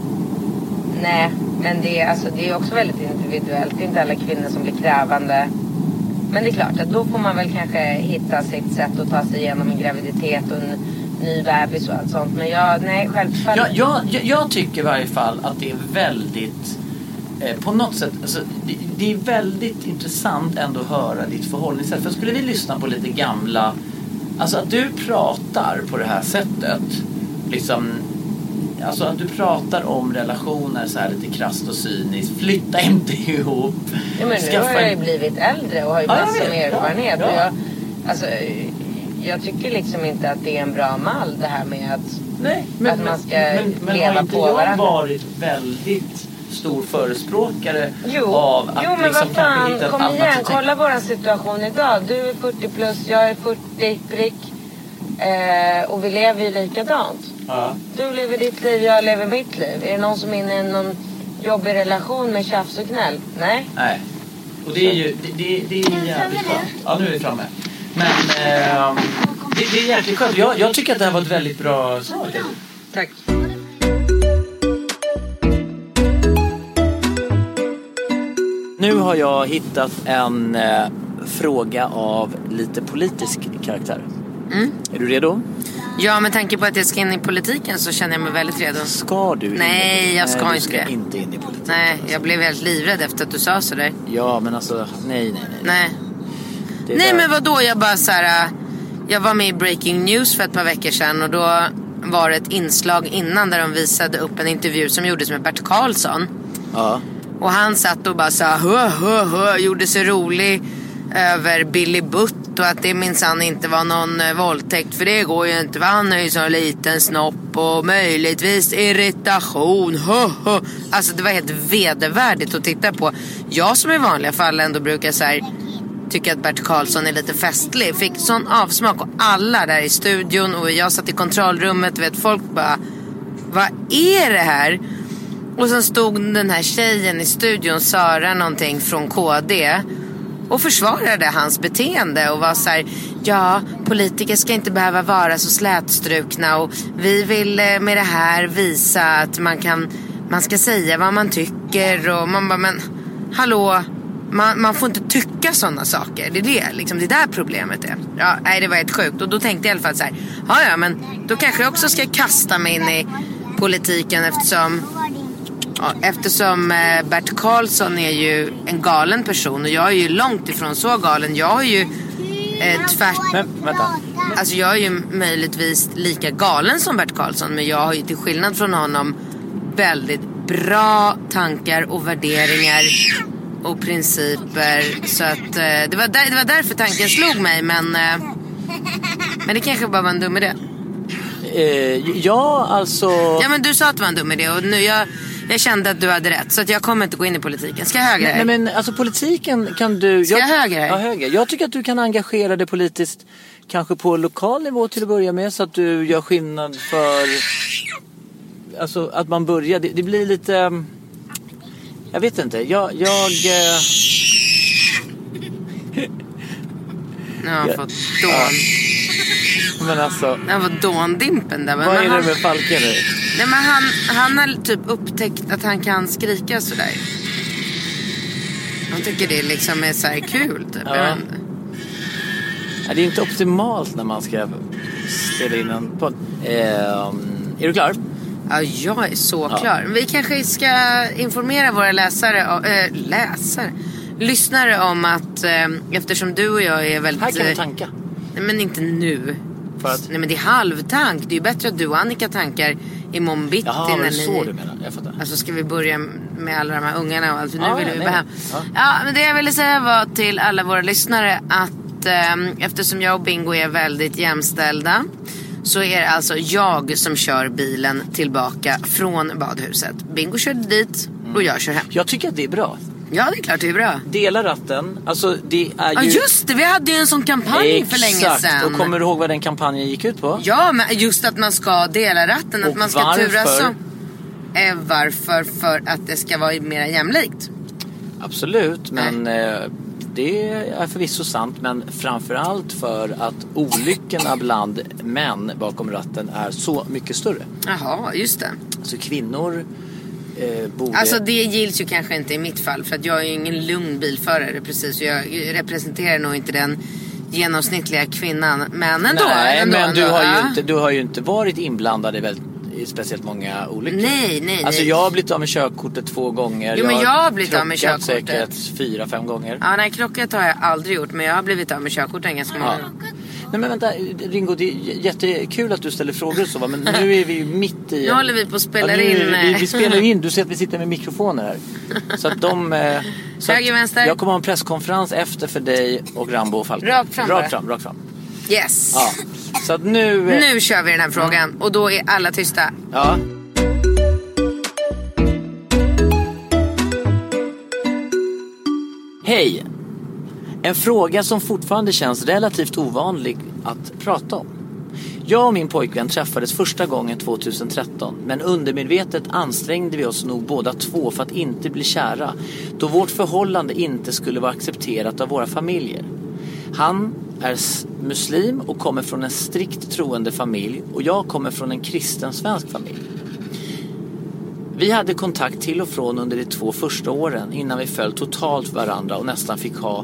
Nej, men det är också väldigt individuellt. Det är inte alla kvinnor som blir krävande. Men det är klart att då får man väl kanske hitta sitt sätt att ta sig igenom en graviditet och en ny bebis och allt sånt. Men självfallet. Jag tycker i varje fall att det är väldigt på något sätt, alltså, det är väldigt intressant ändå att höra ditt förhållningssätt. För skulle vi lyssna på lite gamla, alltså att du pratar på det här sättet liksom, alltså att du pratar om relationer så här lite krasst och cyniskt. Flytta inte ihop. Ja, men nu har jag ju blivit äldre och har ju massor med erfarenhet. Ja. Jag tycker liksom inte att det är en bra mall det här med att man ska leva på varandra. Men har inte jag varit väldigt stor förespråkare av att men liksom vad fan, hitta ett kom annat igen, sätt. kolla våran situation idag. Du är 40 plus, jag är 40 prick. Och vi lever ju likadant. Du lever ditt liv, jag lever mitt liv. Är det någon som är inne i någon jobbig relation med tjafs och knäll? Nej. Och det är ju det är jävligt skönt. Ja, nu är vi framme. Men det är jävligt skönt. Jag tycker att det här var ett väldigt bra svar. Tack. Nu har jag hittat en fråga av lite politisk karaktär. Är du redo? Ja, med tanke på att jag ska in i politiken så känner jag mig väldigt redo. Ska du? Nej, jag ska inte det. Inte in i politiken. Nej, jag blev helt livrädd efter att du sa sådär. Ja, men alltså, nej. Nej, men vadå? Jag bara så här. Jag var med i Breaking News för ett par veckor sedan. Och då var det ett inslag innan där de visade upp en intervju som gjordes med Bert Karlsson. Ja. Och han satt och bara sa gjorde sig rolig över Billy Butt. Och att det minsann inte var någon våldtäkt. För det går ju inte. Han är ju så liten snopp. Och möjligtvis irritation. Alltså det var helt vedervärdigt att titta på. Jag som i vanliga fall ändå brukar så här, tycker att Bert Karlsson är lite festlig. Fick sån avsmak. Och alla där i studion. Och jag satt i kontrollrummet. Vet, folk bara, vad är det här? Och sen stod den här tjejen i studion, Sara någonting från KD, och försvarade hans beteende och var så här: ja, politiker ska inte behöva vara så slätstrukna och vi vill med det här visa att man ska säga vad man tycker. Och man bara, men hallå, man får inte tycka sådana saker. Det är det, liksom, det där problemet är. Ja, nej, det var helt sjukt. Och då tänkte jag i alla fall så här: ja, men då kanske jag också ska kasta mig in i politiken eftersom Bert Karlsson är ju en galen person och jag är ju långt ifrån så galen. Jag är ju alltså jag är ju möjligtvis lika galen som Bert Karlsson, men jag har ju till skillnad från honom väldigt bra tankar och värderingar och principer. Så att det var därför tanken slog mig, men det kanske bara var en dum idé. Ja, alltså... Ja, men du sa att det var en dum idé och nu jag kände att du hade rätt. Så att jag kommer inte gå in i politiken. Ska jag höger här? Nej, men alltså politiken kan du... Ska jag höger här? Ja, höger. Jag tycker att du kan engagera dig politiskt. Kanske på lokal nivå till att börja med. Så att du gör skillnad för... Alltså att man börjar... Det blir lite... Jag vet inte. Jag har fått dån. Men alltså... Det var dåndimpen där. Vad är det med Falken nu? Nej, men han har typ upptäckt att han kan skrika sådär. Han tycker det liksom är så här kul typ. Ja. Ja, det är inte optimalt när man ska spela in en podd. Är du klar? Ja, jag är så klar. Vi kanske ska informera våra lyssnare om att eftersom du och jag är väldigt... Här kan du tanka. Nej, men inte nu. Att... Nej, men det är halvtank. Det är ju bättre att du och Annika tankar i morgonbitti. Jaha, men så du menar. Jag fattar. Alltså ska vi börja med alla de här ungarna och allt. För nu vill vi hem. Ja, men det jag ville säga var till alla våra lyssnare att eftersom jag och Bingo är väldigt jämställda så är det alltså jag som kör bilen tillbaka från badhuset. Bingo körde dit och jag kör hem. Jag tycker att det är bra. Ja, det är klart det är bra. Dela ratten. Alltså det är ju... Ja, just det. Vi hade ju en sån kampanj för länge sedan. Exakt. Och kommer du ihåg vad den kampanjen gick ut på? Ja, men just att man ska dela ratten. Och att man ska varför? turas om. Varför? För att det ska vara mer jämlikt. Absolut, men det är förvisso sant. Men framförallt för att olyckorna bland män bakom ratten är så mycket större. Jaha, just det. Så kvinnor... Alltså det gills ju kanske inte i mitt fall. För att jag är ju ingen lugn bilförare precis. Och jag representerar nog inte den genomsnittliga kvinnan. Men ändå. Nej, men ändå. Du har ju inte varit inblandad i speciellt många olyckor. Nej. Alltså jag har blivit av med körkortet 2 gånger. Jo, men jag har blivit av med körkortet säkert 4-5 gånger. Ja, nej, krockat har jag aldrig gjort. Men jag har blivit av med körkortet ganska många. Nej, men vänta, Ringo, det är jättekul att du ställer frågor så, va? Men nu är vi ju mitt i... Nu håller vi på att spela in... Vi spelar in, du ser att vi sitter med mikrofoner här. Så att höger, vänster. Jag kommer ha en presskonferens efter för dig och Rambo och Falken. Rakt fram. Yes. Ja. Så att nu kör vi den här frågan. Och då är alla tysta. Ja. Hej. En fråga som fortfarande känns relativt ovanlig att prata om. Jag och min pojkvän träffades första gången 2013, men undermedvetet ansträngde vi oss nog båda två för att inte bli kära, då vårt förhållande inte skulle vara accepterat av våra familjer. Han är muslim och kommer från en strikt troende familj, och jag kommer från en kristen svensk familj. Vi hade kontakt till och från under de 2 första åren innan vi föll totalt varandra och nästan fick ha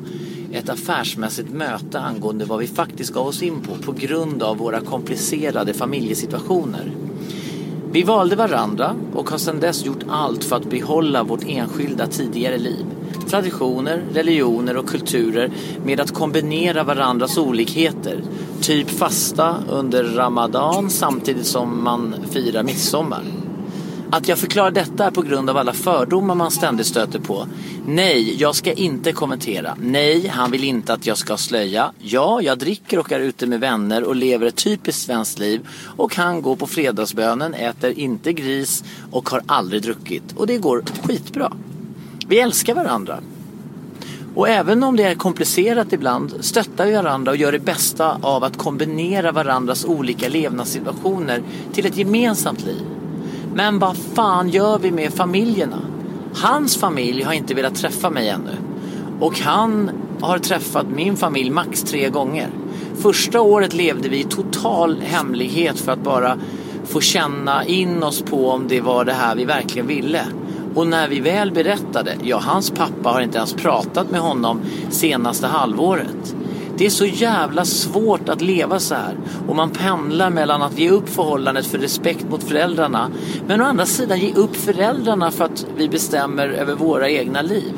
ett affärsmässigt möte angående vad vi faktiskt gav oss in på grund av våra komplicerade familjesituationer. Vi valde varandra och har sedan dess gjort allt för att behålla vårt enskilda tidigare liv. Traditioner, religioner och kulturer med att kombinera varandras olikheter. Typ fasta under Ramadan samtidigt som man firar midsommar. Att jag förklarar detta är på grund av alla fördomar man ständigt stöter på. Nej, jag ska inte kommentera. Nej, han vill inte att jag ska slöja. Ja, jag dricker och är ute med vänner och lever ett typiskt svenskt liv. Och han går på fredagsbönen, äter inte gris och har aldrig druckit. Och det går skitbra. Vi älskar varandra. Och även om det är komplicerat ibland stöttar vi varandra och gör det bästa av att kombinera varandras olika levnadssituationer till ett gemensamt liv. Men vad fan gör vi med familjerna? Hans familj har inte velat träffa mig ännu. Och han har träffat min familj max 3 gånger. Första året levde vi i total hemlighet för att bara få känna in oss på om det var det här vi verkligen ville. Och när vi väl berättade, hans pappa har inte ens pratat med honom senaste halvåret. Det är så jävla svårt att leva så här. Och man pendlar mellan att ge upp förhållandet för respekt mot föräldrarna. Men å andra sidan ge upp föräldrarna för att vi bestämmer över våra egna liv.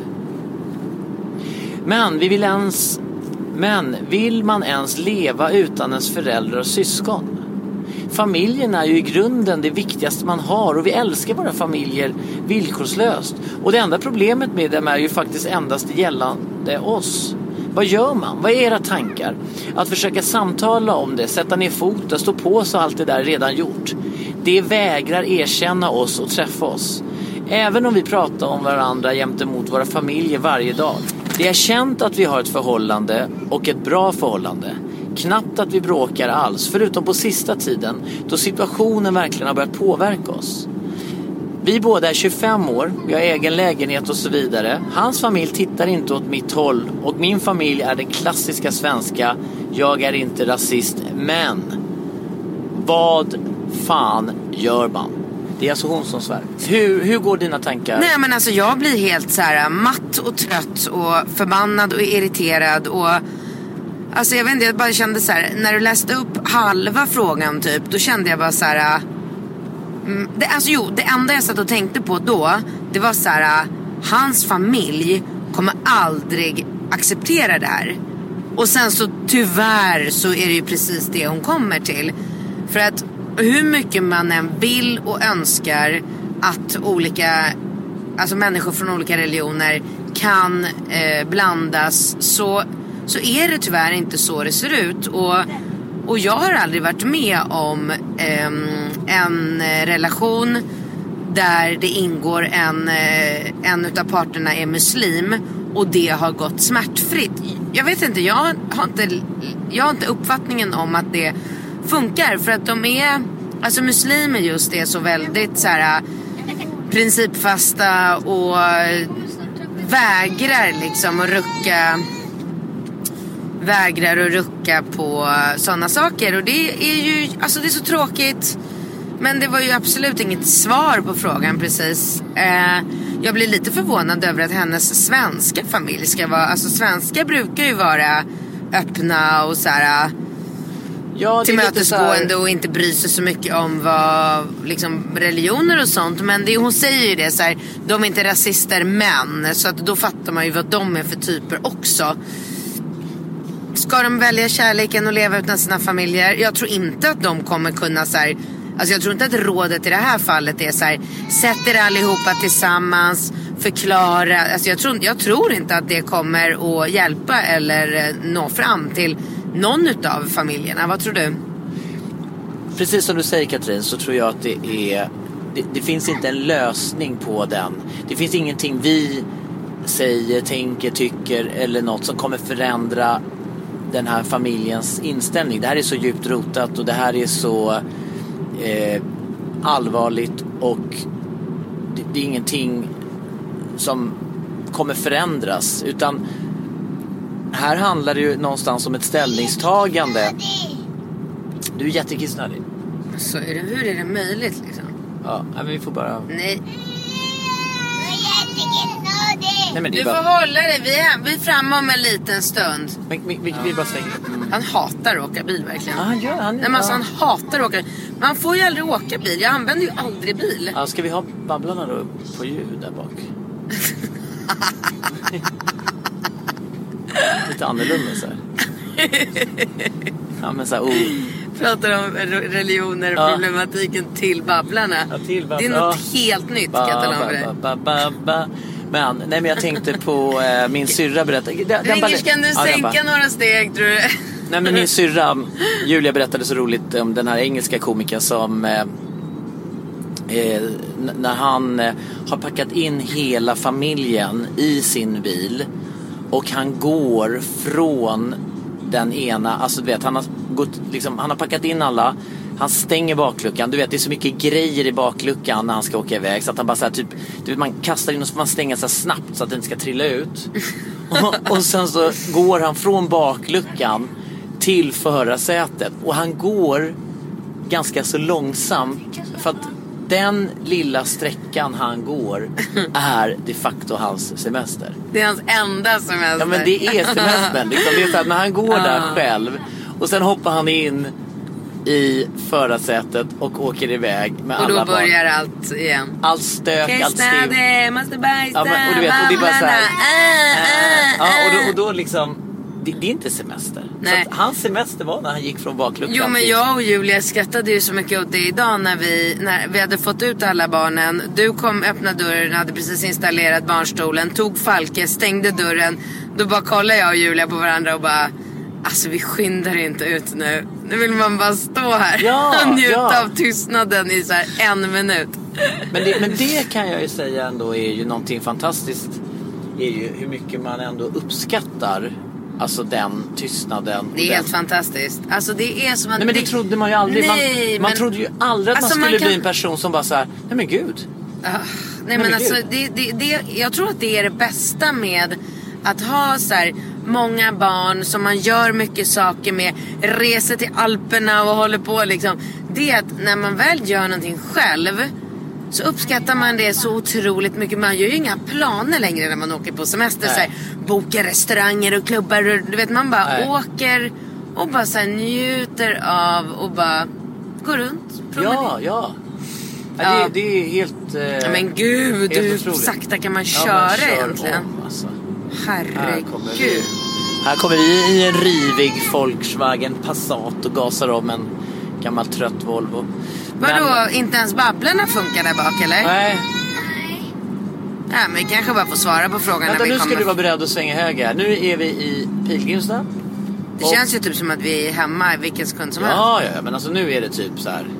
Men vill man ens leva utan ens föräldrar och syskon? Familjen är ju i grunden det viktigaste man har. Och vi älskar våra familjer villkorslöst. Och det enda problemet med dem är ju faktiskt endast gällande oss. Vad gör man? Vad är era tankar? Att försöka samtala om det, sätta ner foten, stå på så allt det där redan gjort. Det vägrar erkänna oss och träffa oss. Även om vi pratar om varandra gentemot våra familjer varje dag. Det är känt att vi har ett förhållande och ett bra förhållande. Knappt att vi bråkar alls, förutom på sista tiden då situationen verkligen har börjat påverka oss. Vi båda är 25 år, vi har egen lägenhet och så vidare. Hans familj tittar inte åt mitt håll och min familj är den klassiska svenska. Jag är inte rasist, men vad fan gör man? Det är alltså hon som svär. Hur går dina tankar? Nej, men alltså jag blir helt så här matt och trött och förbannad och irriterad och alltså jag vet inte, jag bara kände så här, när du läste upp halva frågan typ, då kände jag bara så här. Det enda jag satt och tänkte på då, det var så här: hans familj kommer aldrig acceptera det här. Och sen så tyvärr så är det ju precis det hon kommer till. För att hur mycket man än vill och önskar att olika, alltså människor från olika religioner kan blandas, så är det tyvärr inte så det ser ut. Och jag har aldrig varit med om en relation där det ingår en utav parterna är muslim och det har gått smärtfritt. Jag vet inte, jag har inte uppfattningen om att det funkar, för att de är, alltså muslimer just är så väldigt så här principfasta och vägrar att rucka på sådana saker. Och det är ju, alltså det är så tråkigt. Men det var ju absolut inget svar på frågan precis. Jag blir lite förvånad över att hennes svenska familj ska vara, alltså svenskar brukar ju vara öppna och så här, tillmötesgående och inte bry sig så mycket om vad liksom religioner och sånt. Men hon säger ju det så här, de är inte rasister men, så att då fattar man ju vad de är för typer också. Ska de välja kärleken och leva utan sina familjer? Jag tror inte att de kommer kunna så här, alltså jag tror inte att rådet i det här fallet är så här: sätt er allihopa tillsammans, förklara. Alltså jag tror inte att det kommer att hjälpa eller nå fram till någon utav familjerna. Vad tror du? Precis som du säger, Katrin, så tror jag att det finns inte en lösning på den. Det finns ingenting vi säger, tänker, tycker eller något som kommer förändra den här familjens inställning. Det här är så djupt rotat och det här är så allvarligt, och det är ingenting som kommer förändras, utan här handlar det ju någonstans om ett ställningstagande. Du är jättekissnödig. Så hur är det möjligt liksom? Ja, men vi får bara... Nej. Jag är jättekissnödig. Nej, men Du får hålla dig, vi är framme om en liten stund. Men vi bara svänger. Han hatar att åka bil verkligen. Han gör han. Nej, men alltså, han hatar att åka. Man får ju aldrig åka bil, jag använder ju aldrig bil. Ja, ska vi ha babblarna då på ljud där bak? Lite annorlunda så här. Ja, men så här, Pratar om religioner och problematiken till babblarna. Ja, till babblarna. Det är något helt nytt, kan jag tala om för dig. Men jag tänkte på min syrra berättade. Ringers, kan du sänka några steg, tror du? Nej, men min syrra Julia berättade så roligt om den här engelska komikern som när han har packat in hela familjen i sin bil och han går från den ena, alltså du vet, han har packat in alla, han stänger bakluckan, du vet det är så mycket grejer i bakluckan när han ska åka iväg så att han bara så här, typ, du vet, man kastar in och så man stänger så snabbt så att den inte ska trilla ut och sen så går han från bakluckan till förarsätet och han går ganska så långsamt för att den lilla sträckan han går är de facto hans semester. Det är hans enda semester. Ja, men det är semestern. Liksom. Det är så att när han går där själv och sen hoppar han in i förarsätet och åker iväg med alla barn. Och då börjar allt igen. Allt stök, allt stiv. Kissnade, måste bajsa, och du vet, och det är bara så här. Och då liksom det är inte semester. Nej. Så att hans semester var när han gick från bakluckan. Jo, men jag och Julia skrattade ju så mycket åt det idag när vi hade fått ut alla barnen. Du kom, öppnade dörren, hade precis installerat barnstolen, tog Falke, stängde dörren. Då bara kollade jag och Julia på varandra och bara, alltså vi skyndar inte ut nu. Nu vill man bara stå här och njuta av tystnaden i så här 1 minut. Men det kan jag ju säga ändå är ju någonting fantastiskt. Är ju hur mycket man ändå uppskattar. Alltså den tystnaden. Det är helt fantastiskt. Alltså det är som att... Nej, men det trodde man ju aldrig. Nej, man trodde ju aldrig att alltså man skulle bli en person som bara så här, nej men gud. Nej, men alltså jag tror att det är det bästa med att ha så här många barn som man gör mycket saker med, reser till Alperna och håller på liksom. Det är att när man väl gör någonting själv så uppskattar man det så otroligt mycket. Man gör ju inga planer längre när man åker på semester. Så här, bokar restauranger och klubbar. Du vet, man bara åker och bara så här, njuter av och bara går runt. Ja. Det är helt... men gud, hur sakta kan man köra egentligen? Alltså. Herregud. Här kommer vi i en rivig Volkswagen Passat och gasar om en gammal trött Volvo. Vadå, inte ens babblarna funkar där bak, eller? Nej. Ja, men vi kanske bara får svara på frågan. Vänta, när vi nu kommer. ska du vara beredd att svänga höger. Nu är vi i Pilgrimstad. Det känns ju typ som att vi är hemma i vilken sekund som helst. Ja, men alltså nu är det typ så här.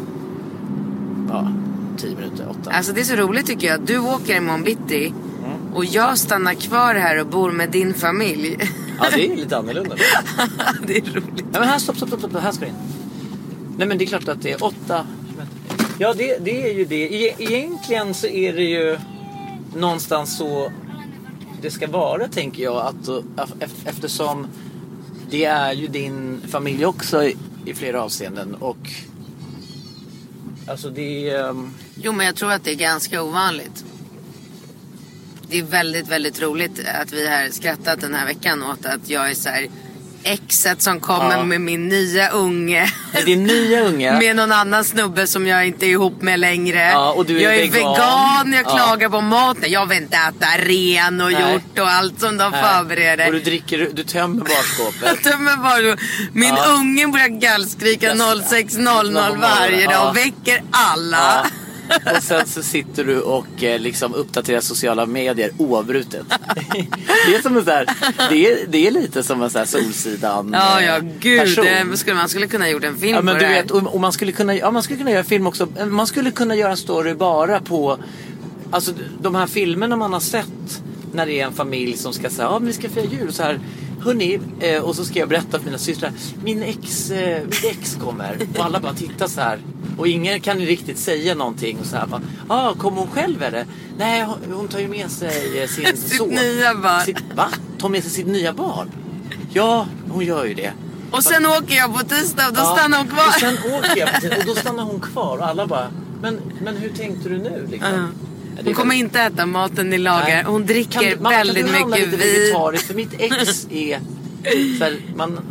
10 minuter, 8. Alltså det är så roligt tycker jag. Du åker imorgon bitti och jag stannar kvar här och bor med din familj. Ja, det är lite annorlunda. Det är roligt. Ja, men här, stopp. Här ska du in. Nej, men det är klart att det är 8. Ja, det är ju det. Egentligen så är det ju någonstans så det ska vara, tänker jag. Att, eftersom det är ju din familj också i flera avseenden. Och alltså det är... Jo, men jag tror att det är ganska ovanligt. Det är väldigt, väldigt roligt att vi har skrattat den här veckan åt att jag är så här exet som kommer med min nya unge. Din nya unge? Med någon annan snubbe som jag inte är ihop med längre. Ja, och du är jag är vegan, jag klagar på maten. Jag vill inte äta ren och gjort och allt som de förbereder. Och du tömmer barskåpet. Jag tömmer barskåpet. Min unge börjar gallskrika 06:00 varje dag och väcker alla. Och sen så sitter du och liksom uppdaterar sociala medier oavbrutet. Det är som en så här, det är lite som en så här Solsidan. Gud, man skulle kunna gjort en film på men det du här. vet, och man skulle kunna göra film också. Man skulle kunna göra en story bara på alltså de här filmerna man har sett när det är en familj som ska säga men vi ska fira jul så här. Hörrni, och så ska jag berätta för mina systrar. Mitt ex kommer. Och alla bara tittar så här. Och ingen kan ju riktigt säga någonting. Och så här bara, kommer hon själv eller? Nej, hon tar ju med sig sin sitt son. nya barn. Tar med sig sitt nya barn? Ja, hon gör ju det. Och sen åker jag på tisdag och då stannar hon kvar. Och sen åker jag på tisdag och då stannar hon kvar. Och alla bara, men hur tänkte du nu liksom? Hon kommer inte äta maten ni lagar. Hon dricker väldigt mycket vin. Vegetariskt, för mitt ex är så här,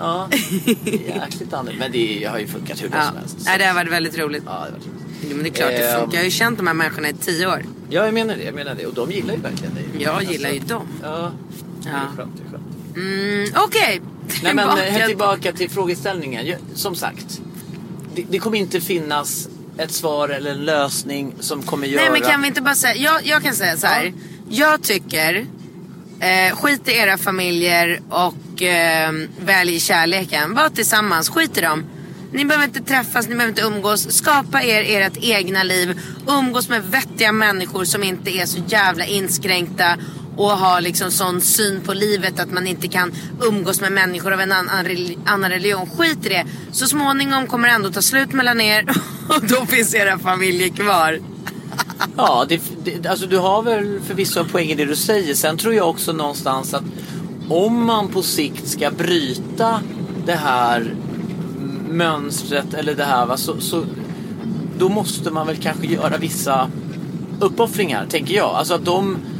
jäkligt annorlunda. Men det har ju funkat hur som helst. Nej, det har varit väldigt roligt. Ja, det har varit roligt. Men det är klart det funkar. Jag har ju känt de här människorna i 10 år. Ja, jag menar det. Och de gillar ju verkligen det. Jag gillar ju dem. Ja, det är skönt. Okej. Nej, men tillbaka till frågeställningen. Som sagt, det kommer inte finnas ett svar eller en lösning som kommer göra... Nej, men kan vi inte bara säga... Jag kan säga så här. Ja. Jag tycker... skit i era familjer och välj kärleken. Var tillsammans, skit i dem. Ni behöver inte träffas, ni behöver inte umgås. Skapa ert egna liv. Umgås med vettiga människor som inte är så jävla inskränkta och har liksom sån syn på livet att man inte kan umgås med människor av en annan religion. Skit i det. Så småningom kommer det ändå ta slut mellan er och då finns era familjer kvar. Ja, alltså du har väl förvisso en poäng i det du säger. Sen tror jag också någonstans att om man på sikt ska bryta det här mönstret eller det här, så då måste man väl kanske göra vissa uppoffringar, tänker jag. Alltså att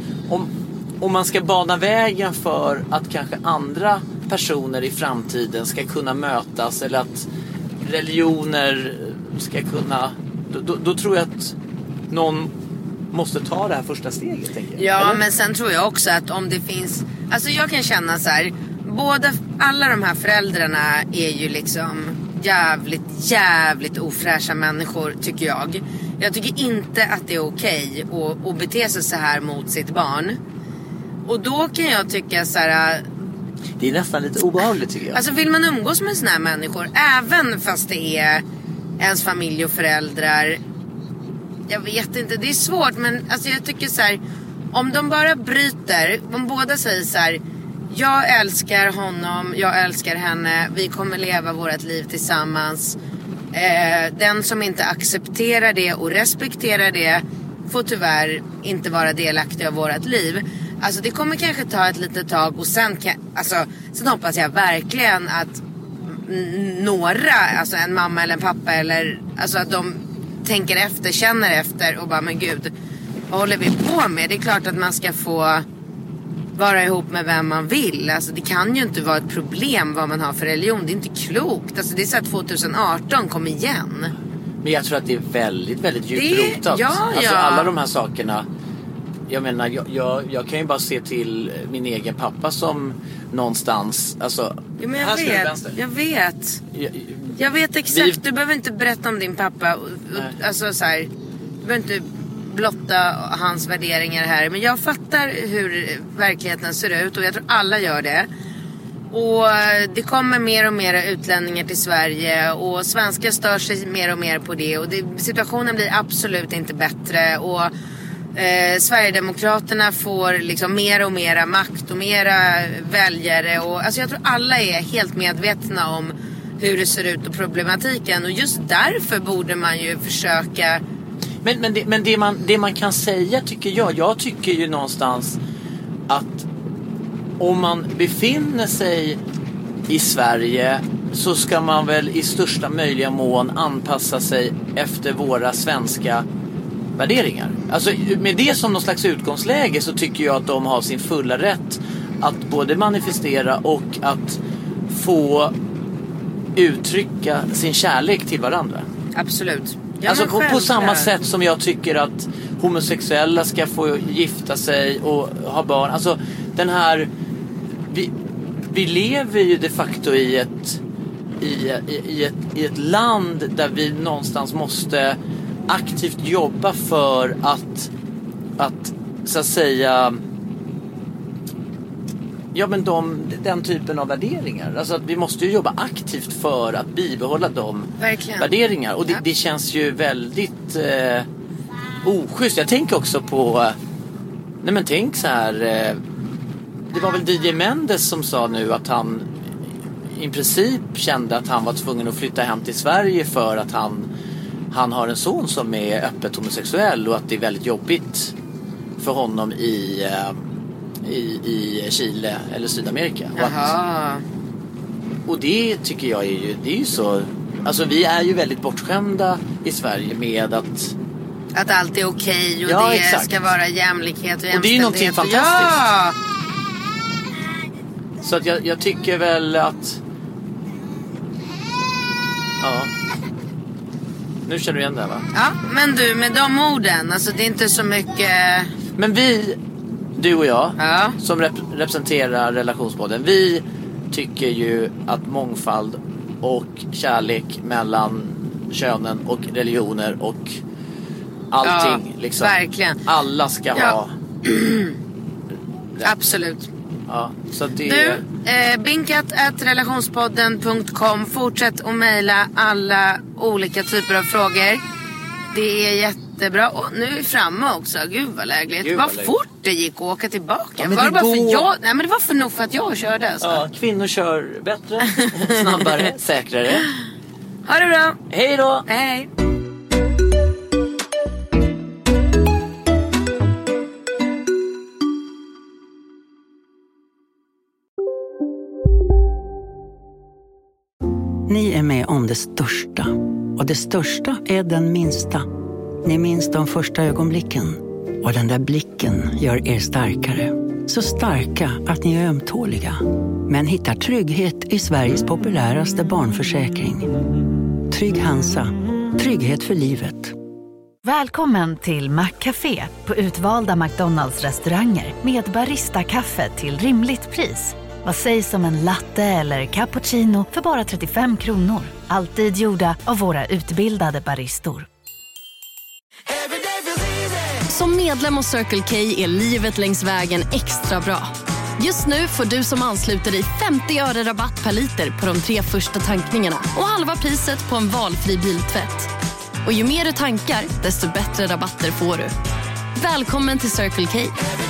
om man ska bana vägen för att kanske andra personer i framtiden ska kunna mötas, eller att religioner ska kunna, då tror jag att någon måste ta det här första steget, tänker jag. Ja, eller? Men sen tror jag också att om det finns... Alltså jag kan känna så här... Alla de här föräldrarna är ju liksom jävligt ofräscha människor, tycker jag. Jag tycker inte att det är okej att bete sig så här mot sitt barn. Och då kan jag tycka så här... Det är nästan lite obehagligt, tycker jag. Alltså vill man umgås med såna här människor, även fast det är ens familj och föräldrar... Jag vet inte, det är svårt, men alltså jag tycker så här, om de bara bryter, om båda säger så här: jag älskar honom, jag älskar henne, vi kommer leva vårt liv tillsammans. Den som inte accepterar det och respekterar det får tyvärr inte vara delaktig av vårt liv. Alltså det kommer kanske ta ett litet tag, och sen hoppas jag verkligen att några, alltså en mamma eller en pappa, eller alltså att de tänker efter, känner efter och bara, men gud, vad håller vi på med? Det är klart att man ska få vara ihop med vem man vill. Alltså det kan ju inte vara ett problem vad man har för religion. Det är inte klokt. Alltså det är så att 2018 kom igen. Men jag tror att det är väldigt, väldigt djupt rotat. Alltså alla de här sakerna. Jag menar, jag kan ju bara se till min egen pappa som någonstans, alltså, ja, men jag vet exakt. Du behöver inte berätta om din pappa. Alltså så här, du behöver inte blotta hans värderingar här. Men jag fattar hur verkligheten ser ut, och jag tror alla gör det. Och det kommer mer och mer utlänningar till Sverige, och svenskar stör sig mer och mer på det. Och situationen blir absolut inte bättre. Och Sverigedemokraterna får liksom mer och mera makt och mera väljare. Och alltså jag tror alla är helt medvetna om hur det ser ut och problematiken. Och just därför borde man ju försöka... Men det man kan säga, tycker jag tycker ju någonstans att om man befinner sig i Sverige, så ska man väl i största möjliga mån anpassa sig efter våra svenska värderingar. Alltså med det som någon slags utgångsläge, så tycker jag att de har sin fulla rätt att både manifestera och att få uttrycka sin kärlek till varandra. Absolut. Alltså på samma sätt som jag tycker att homosexuella ska få gifta sig och ha barn. Alltså den här... Vi lever ju de facto i ett land där vi någonstans måste aktivt jobba för att så att säga, ja, men den typen av värderingar. Alltså att vi måste ju jobba aktivt för att bibehålla de värderingar. Och det känns ju väldigt oschysst. Jag tänker också på, nej men tänk så här, det var väl DJ Mendes som sa nu att han i princip kände att han var tvungen att flytta hem till Sverige för att han har en son som är öppet homosexuell, och att det är väldigt jobbigt för honom i Chile eller Sydamerika. Och det tycker jag är ju så, alltså vi är ju väldigt bortskämda i Sverige med att Att allt är okej och Ja, det exakt. ska vara jämlikhet och jämställdhet. Och det är ju någonting fantastiskt. Ja! Så att jag tycker väl att... Ja. Nu känner du igen det, va? Ja, men du, med de orden, alltså det är inte så mycket... Men du och jag, Ja. som representerar relationspodden, vi tycker ju att mångfald och kärlek mellan könen och religioner och allting, Ja, liksom. verkligen. Alla ska ha... Absolut. Ja, så det... Du, binkat@relationspodden.com. Fortsätt att mejla alla olika typer av frågor. Det är jättebra. Och nu är vi framme också. Gud vad lägligt. Vad fort det gick att åka tillbaka. Ja, men var det bara går... för jag? Nej, men det var för nog för att jag körde. Alltså. Ja, kvinnor kör bättre, snabbare, säkrare. Ha det bra. Hej då. Hej. Ni är med om det största. Och det största är den minsta. Ni minns de första ögonblicken. Och den där blicken gör er starkare. Så starka att ni är ömtåliga. Men hittar trygghet i Sveriges populäraste barnförsäkring. Trygg Hansa. Trygghet för livet. Välkommen till Maccafé på utvalda McDonalds-restauranger med Barista-kaffe till rimligt pris. Vad sägs om en latte eller cappuccino för bara 35 kronor? Alltid gjorda av våra utbildade baristor. Som medlem hos Circle K är livet längs vägen extra bra. Just nu får du som ansluter dig 50 öre rabatt per liter på de 3 första tankningarna och halva priset på en valfri biltvätt. Och ju mer du tankar, desto bättre rabatter får du. Välkommen till Circle K.